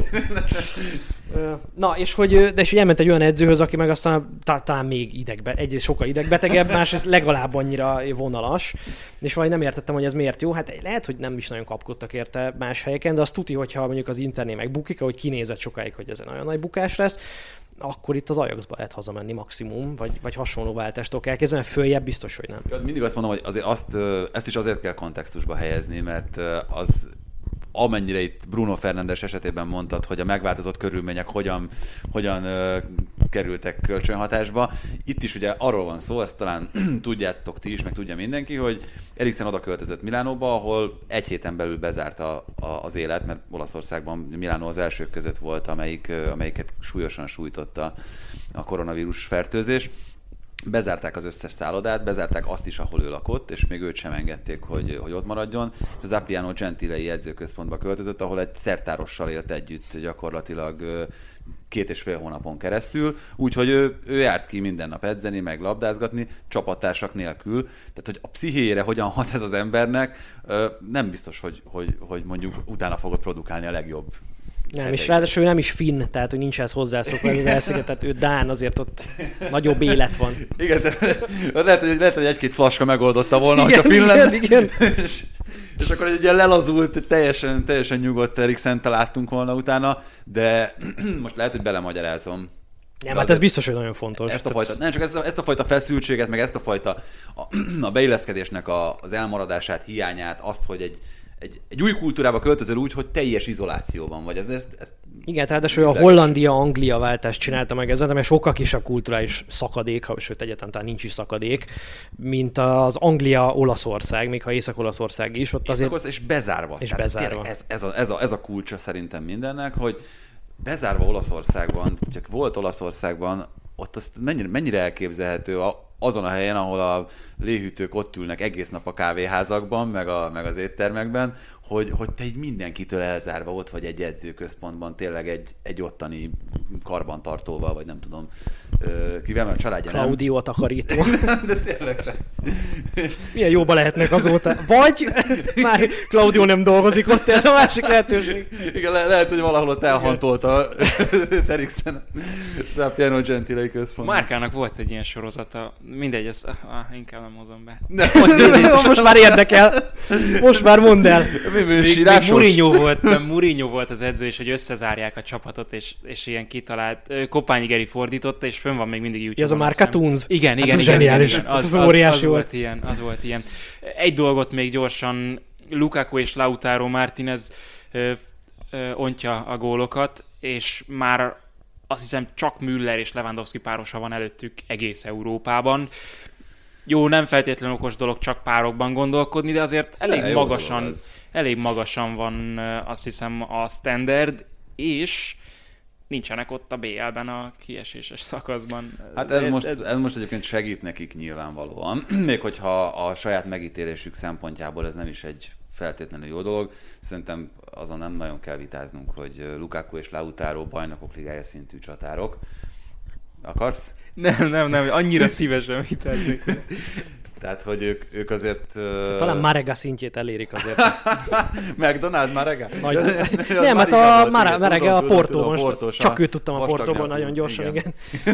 Na, és hogy elment egy olyan edzőhöz, aki meg aztán talán még egyrészt sokkal idegbetegebb, másrészt legalább annyira vonalas, és valahogy nem értettem, hogy ez miért jó. Hát lehet, hogy nem is nagyon kapkodtak érte más helyeken, de azt tuti, hogyha mondjuk az Internél megbukik, ahogy kinézett sokáig, hogy ez egy nagyon nagy bukás lesz, akkor itt az Ajaxba lehet hazamenni maximum, vagy hasonló váltástól kell kezdeni, följebb biztos, hogy nem. Mindig azt mondom, hogy azért ezt is azért kell kontextusba helyezni, mert az amennyire itt Bruno Fernandes esetében mondtad, hogy a megváltozott körülmények hogyan kerültek kölcsönhatásba. Itt is ugye arról van szó, ezt talán tudjátok ti is, meg tudja mindenki, hogy Eriksen oda költözött Milánóba, ahol egy héten belül bezárt az élet, mert Olaszországban Milánó az elsők között volt, amelyiket súlyosan sújtotta a koronavírus fertőzés. Bezárták az összes szállodát, bezárták azt is, ahol ő lakott, és még őt sem engedték, hogy ott maradjon. És az Appiano Gentilei edzőközpontba költözött, ahol egy szertárossal élt együtt gyakorlatilag 2,5 hónapon keresztül, úgyhogy ő járt ki minden nap edzeni, meg labdázgatni, csapattársak nélkül. Tehát, hogy a pszichéjére hogyan hat ez az embernek, nem biztos, hogy mondjuk utána fogod produkálni a legjobb. Nem, és ráadásul nem is finn, tehát hogy nincs ez hozzászokva, az elszigetelt, ő dán, azért ott nagyobb élet van. Igen, lehet, hogy egy-két flaska megoldotta volna, hogyha finn lenne. Igen. És akkor egy ilyen lelazult, teljesen nyugodt Eriksent láttunk volna utána, de most lehet, hogy belemagyarázom. Nem, hát ez biztos, hogy nagyon fontos. Ezt a fajta feszültséget, meg ezt a fajta a beilleszkedésnek az elmaradását, hiányát, azt, hogy egy új kultúrába költözöl úgy, hogy teljes izolációban vagy. Igen, tehát a Hollandia-Anglia váltást csinálta meg ezzel, mert sokkal kisebb kulturális szakadék, sőt egyáltalán talán nincs is szakadék, mint az Anglia-Olaszország, még ha Észak-Olaszország is. Ott azért... És bezárva. És bezárva. Ez a kulcsa szerintem mindennek, hogy bezárva Olaszországban, csak volt Olaszországban, ott azt mennyire elképzelhető azon a helyen, ahol a léhűtők ott ülnek egész nap a kávéházakban, meg az éttermekben, hogy te így mindenkitől elzárva ott vagy egy edzőközpontban, tényleg egy ottani karbantartóval, vagy nem tudom, kivel, mert a családja nem. Claudio a takarító. De tényleg. Milyen jóba lehetnek azóta. Vagy már Claudio nem dolgozik ott, ez a másik lehetőség. Igen, lehet, hogy valahol ott elhantolta Eriksen a Piano Gentilei központban. Márkának volt egy ilyen sorozata, mindegy, ezt inkább nem hozom be. Most már érdekel. Most már mondd el. Mourinho volt az edző, és hogy összezárják a csapatot, és ilyen kitalált, Kopányi Geri fordította, és fönn van még mindig YouTube-on. Ez a Márka Tunz? Igen. Zseniális. Az óriási volt. Az volt ilyen. Egy dolgot még gyorsan, Lukaku és Lautaro Martinez ontja a gólokat, és már azt hiszem csak Müller és Lewandowski párosa van előttük egész Európában. Jó, nem feltétlenül okos dolog csak párokban gondolkodni, de azért elég magasan van, azt hiszem, a standard, és nincsenek ott a BL-ben a kieséses szakaszban. Hát ez most egyébként segít nekik nyilvánvalóan, még hogyha a saját megítélésük szempontjából ez nem is egy feltétlenül jó dolog. Szerintem azon nem nagyon kell vitáznunk, hogy Lukaku és Lautaro bajnokok ligája szintű csatárok. Akarsz? Nem, annyira szívesen vitáznék. Tehát, hogy ők azért... Talán Marega szintjét elérik azért. McDonald Marega? Nem, hát a Marega a Portó, csak őt tudtam a Portóból nagyon gyorsan, igen.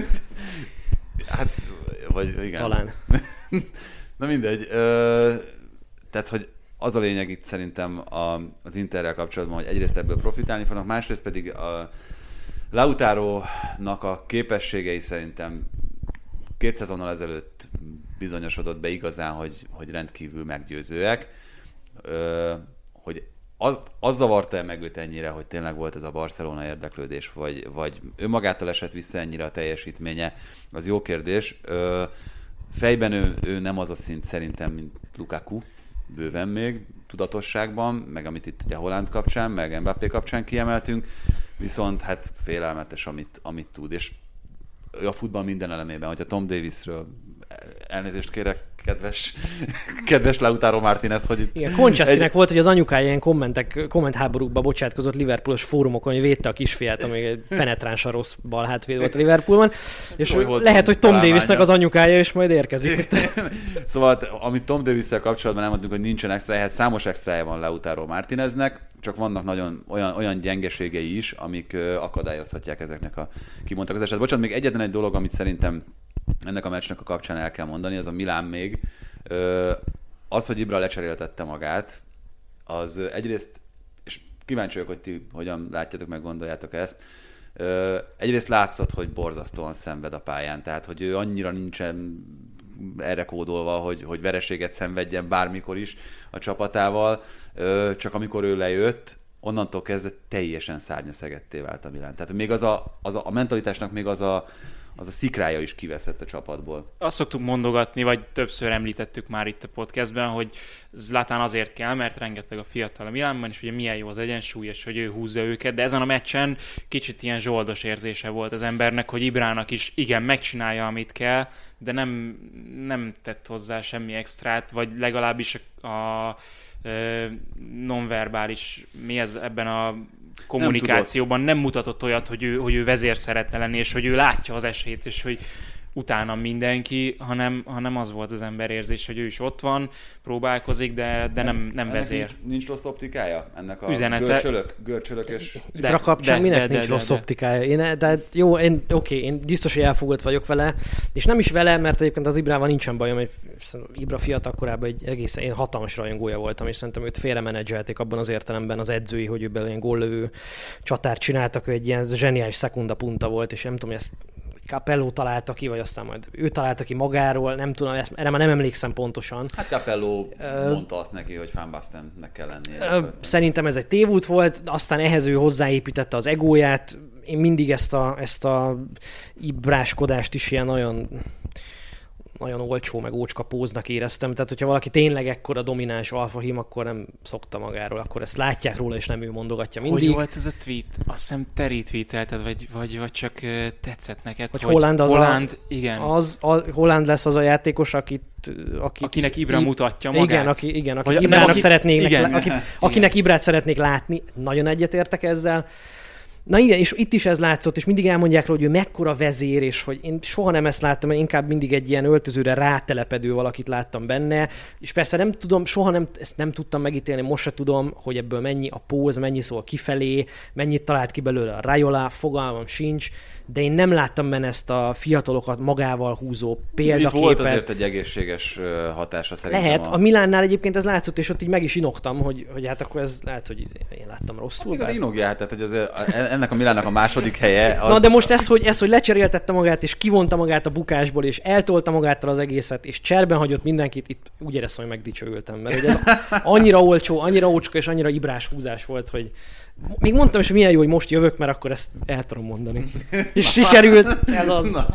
Hát, vagy igen. Talán. Na mindegy. Tehát, hogy az a lényeg itt szerintem az Interrel kapcsolatban, hogy egyrészt ebből profitálni fognak, másrészt pedig a Lautarónak a képességei szerintem 2 szezonnal ezelőtt bizonyosodott be igazán, hogy rendkívül meggyőzőek. Hogy az zavarta meg őt ennyire, hogy tényleg volt ez a Barcelona érdeklődés, vagy önmagától esett vissza ennyire a teljesítménye, az jó kérdés. Fejben ő nem az a szint szerintem, mint Lukaku, bőven még tudatosságban, meg amit itt ugye Haaland kapcsán, meg Mbappé kapcsán kiemeltünk, viszont hát félelmetes, amit tud, és a futball minden elemében, hogyha Tom Davisről elnézést kérek, kedves Lautaro Martinez, hogy itt... Igen, Conchestinek volt, hogy az anyukája ilyen kommentháborúkba bocsátkozott Liverpoolos fórumokon, hogy védte a kisfiát, ami egy penetránsan rossz balhátvéd volt a Liverpoolban, és lehet, hogy Tom Davisnek az anyukája is majd érkezik. Szóval, amit Tom Davis-szel kapcsolatban elmondtunk, hogy nincsen extra, hát számos extrája van Lautaro Martineznek, csak vannak nagyon olyan gyengeségei is, amik akadályozhatják ezeknek a kibontakozását. Bocsánat, még egyetlen egy dolog, amit szerintem ennek a meccsnek a kapcsán el kell mondani, az a Milán még. Az, hogy Ibra lecseréltette magát, az egyrészt, és kíváncsi vagyok, hogy ti hogyan látjátok, meg gondoljátok ezt, egyrészt látszott, hogy borzasztóan szenved a pályán, tehát hogy ő annyira nincsen erre kódolva, hogy vereséget szenvedjen bármikor is a csapatával, csak amikor ő lejött, onnantól kezdve teljesen szárnyaszegetté vált a Milán. Tehát még a mentalitásnak még az a szikrája is kiveszett a csapatból. Azt szoktuk mondogatni, vagy többször említettük már itt a podcastben, hogy Zlatan azért kell, mert rengeteg a fiatal a Milánban, és ugye milyen jó az egyensúly, és hogy ő húzza őket, de ezen a meccsen kicsit ilyen zsoldos érzése volt az embernek, hogy Ibrának is igen, megcsinálja, amit kell, de nem tett hozzá semmi extrát, vagy legalábbis a nonverbális, mi ez ebben a kommunikációban nem mutatott olyat, hogy ő vezér szeretne lenni, és hogy ő látja az esélyt, és hogy utána mindenki, hanem az volt az ember érzés, hogy ő is ott van, próbálkozik, de nem vezér. Nincs rossz optikája ennek a üzenete. görcsölök és... Ibra kapcsán minek nincs rossz optikája? Én biztos, hogy elfogult vagyok vele, és nem is vele, mert egyébként az Ibrával nincsen bajom, hogy Ibra fiatal korában egy egészen én hatalmas rajongója voltam, és szerintem őt félremenedzselték abban az értelemben az edzői, hogy ő belőle ilyen góllövő csatárt csináltak, ő egy ilyen zseniális szekunda punta volt, és nem tudom, hogy ezt Capello találta ki, vagy aztán majd ő találta ki magáról, nem tudom, erre már nem emlékszem pontosan. Hát Capello mondta azt neki, hogy Van Bastennek kell lennie. Szerintem ez egy tévút volt, aztán ehhez ő hozzáépítette az egóját. Én mindig ezt a ibráskodást is ilyen nagyon nagyon olcsó, meg ócska póznak éreztem. Tehát, hogyha valaki tényleg ekkora domináns alfahím, akkor nem szokta magáról, akkor ezt látják róla, és nem ő mondogatja mindig. Hogy volt ez a tweet? Azt hiszem te retweetelted, vagy csak tetszett neked, hogy Haaland igen. Haaland lesz az a játékos, akinek Ibra mutatja magát. Igen, akinek Ibrát szeretnék látni. Nagyon egyetértek ezzel. Na igen, és itt is ez látszott, és mindig elmondják róla, hogy ő mekkora vezér, és hogy én soha nem ezt láttam, mert inkább mindig egy ilyen öltözőre rátelepedő valakit láttam benne, és persze nem tudom, ezt nem tudtam megítélni, most se tudom, hogy ebből mennyi a póz, mennyi szól kifelé, mennyit talált ki belőle a Raiola, fogalmam sincs, de én nem láttam benne ezt a fiatalokat magával húzó példaképet. Itt volt azért egy egészséges hatása szerintem. Lehet, a Milánnál egyébként ez látszott, és ott így meg is inogtam, hogy hát akkor ez lehet, hogy én láttam rosszul. Az inogját, tehát hogy ennek a Milánnak a második helye. Na de most ez, hogy lecseréltette magát, és kivonta magát a bukásból, és eltolta magától az egészet, és cserben hagyott mindenkit, itt úgy éreztem, hogy megdicsőültem, mert hogy ez annyira olcsó, annyira ócska, és annyira ibrás húzás volt, hogy még mondtam is, hogy milyen jó, hogy most jövök, mert akkor ezt el tudom mondani. És sikerült, ez az. Na.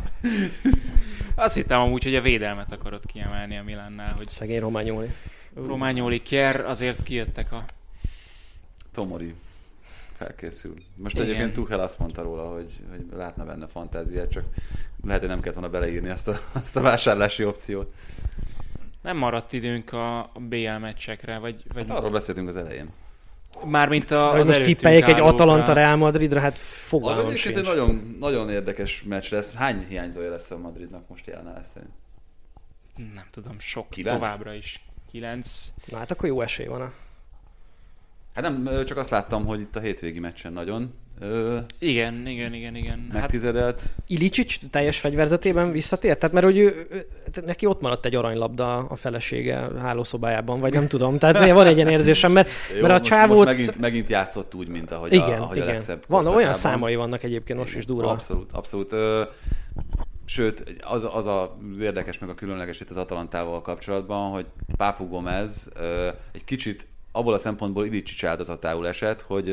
Azt hittem amúgy, hogy a védelmet akarod kiemelni a Milánnál, hogy szegény Romagnoli. Romagnoli, Kjær, azért kijöttek a... Tomori felkészül. Most igen. Egyébként Tuchel azt mondta róla, hogy látna benne fantáziát, csak lehet, hogy nem kellett volna beleírni azt a vásárlási opciót. Nem maradt időnk a BL meccsekre, vagy... Hát arról beszéltünk az elején. Mármint az most tippeljék egy Atalanta Real Madridra, hát fogalmam sincs. Az egyébként egy nagyon érdekes meccs lesz. Hány hiányzója lesz a Madridnak most jelen áll szerint? Nem tudom, sok. 9? Továbbra is. 9. Na hát akkor jó esély van. Hát nem, csak azt láttam, hogy itt a hétvégi meccsen nagyon igen. megtizedelt. Hát, Ilicic teljes fegyverzetében visszatért? Tehát mert hogy neki ott maradt egy aranylabda a felesége hálószobájában, vagy nem tudom. Tehát van egy ilyen érzésem, mert a csávót... Most megint játszott úgy, mint ahogy a legszebb korszakában. Olyan számai vannak egyébként most is durva. Abszolút. Sőt, az érdekes meg a különleges itt az Atalantával kapcsolatban, hogy Papu Gomez egy kicsit abból a szempontból Ilicic áldozatául esett, hogy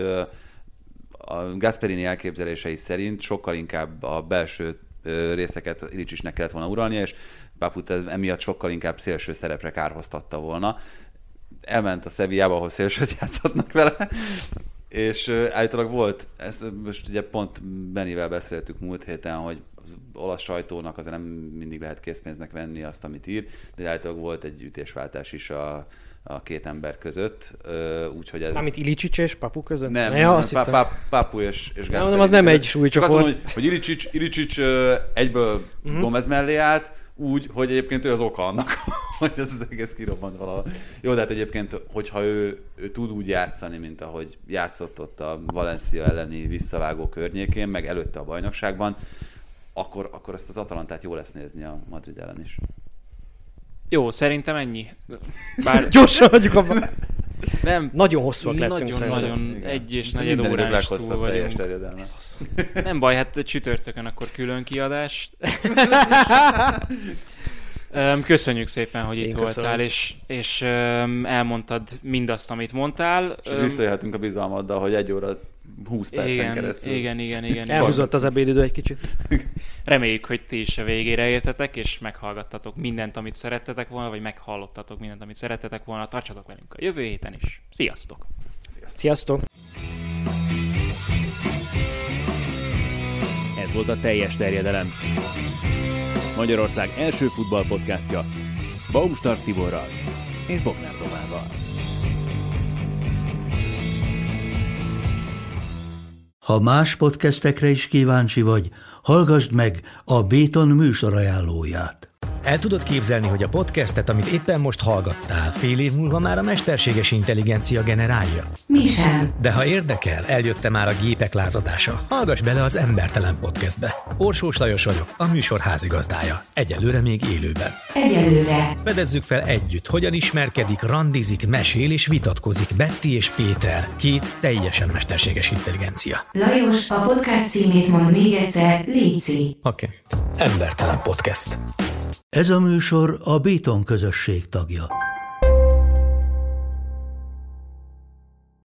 a Gasperini elképzelései szerint sokkal inkább a belső részeket Ilicicsnek kellett volna uralnia, és Paput emiatt sokkal inkább szélső szerepre kárhoztatta volna. Elment a Sevillába, ahol szélsőt játszhatnak vele, és állítólag volt, ezt most ugye pont Bennivel beszéltük múlt héten, hogy az olasz sajtónak azért nem mindig lehet készpénznek venni azt, amit ír, de állítólag volt egy ütésváltás is a két ember között, úgyhogy ez... Mármint Ilicic és Papu között? Nem, Papu és Gasperini. Nem, az nem egy súlycsoport. Csak azt mondom, hogy Ilicic egyből Gomez mellé állt, úgy, hogy egyébként ő az oka annak, hogy ez az egész kirobbant valahol. Jó, de hát egyébként, hogyha ő tud úgy játszani, mint ahogy játszott ott a Valencia elleni visszavágó környékén, meg előtte a bajnokságban, akkor ezt az Atalantát jó lesz nézni a Madrid ellen is. Jó, szerintem ennyi. Bár... Gyorsan hagyjuk abban. Nem. Nagyon hosszúak lettünk Nagyon 1,4 órán is túl vagyunk. Nem baj, hát csütörtökön akkor külön kiadás. Köszönjük szépen, hogy itt voltál, és elmondtad mindazt, amit mondtál. És visszajöhetünk a bizalmaddal, hogy 1 óra 20 percen keresztül. Igen. Elhúzott az ebédidő egy kicsit. Reméljük, hogy ti is a végére értetek, és meghallgattatok mindent, amit szerettetek volna, vagy meghallottatok mindent, amit szerettetek volna. Tartsatok velünk a jövő héten is. Sziasztok! Sziasztok! Ez volt a Teljes Terjedelem. Magyarország első futballpodcastja Baumstark Tiborral és Bognár Domával. Ha más podcastekre is kíváncsi vagy, hallgassd meg a Béton műsor ajánlóját. El tudod képzelni, hogy a podcastet, amit éppen most hallgattál, fél év múlva már a mesterséges intelligencia generálja? Mi sem. De ha érdekel, eljött már a gépek lázadása. Hallgass bele az Embertelen Podcastbe. Orsós Lajos vagyok, a műsor házigazdája. Egyelőre még élőben. Egyelőre. Fedezzük fel együtt, hogyan ismerkedik, randizik, mesél és vitatkozik Betty és Péter, 2 teljesen mesterséges intelligencia. Lajos, a podcast címét mond még egyszer, léci. Oké. Embertelen Podcast. Ez a műsor a Béton közösség tagja.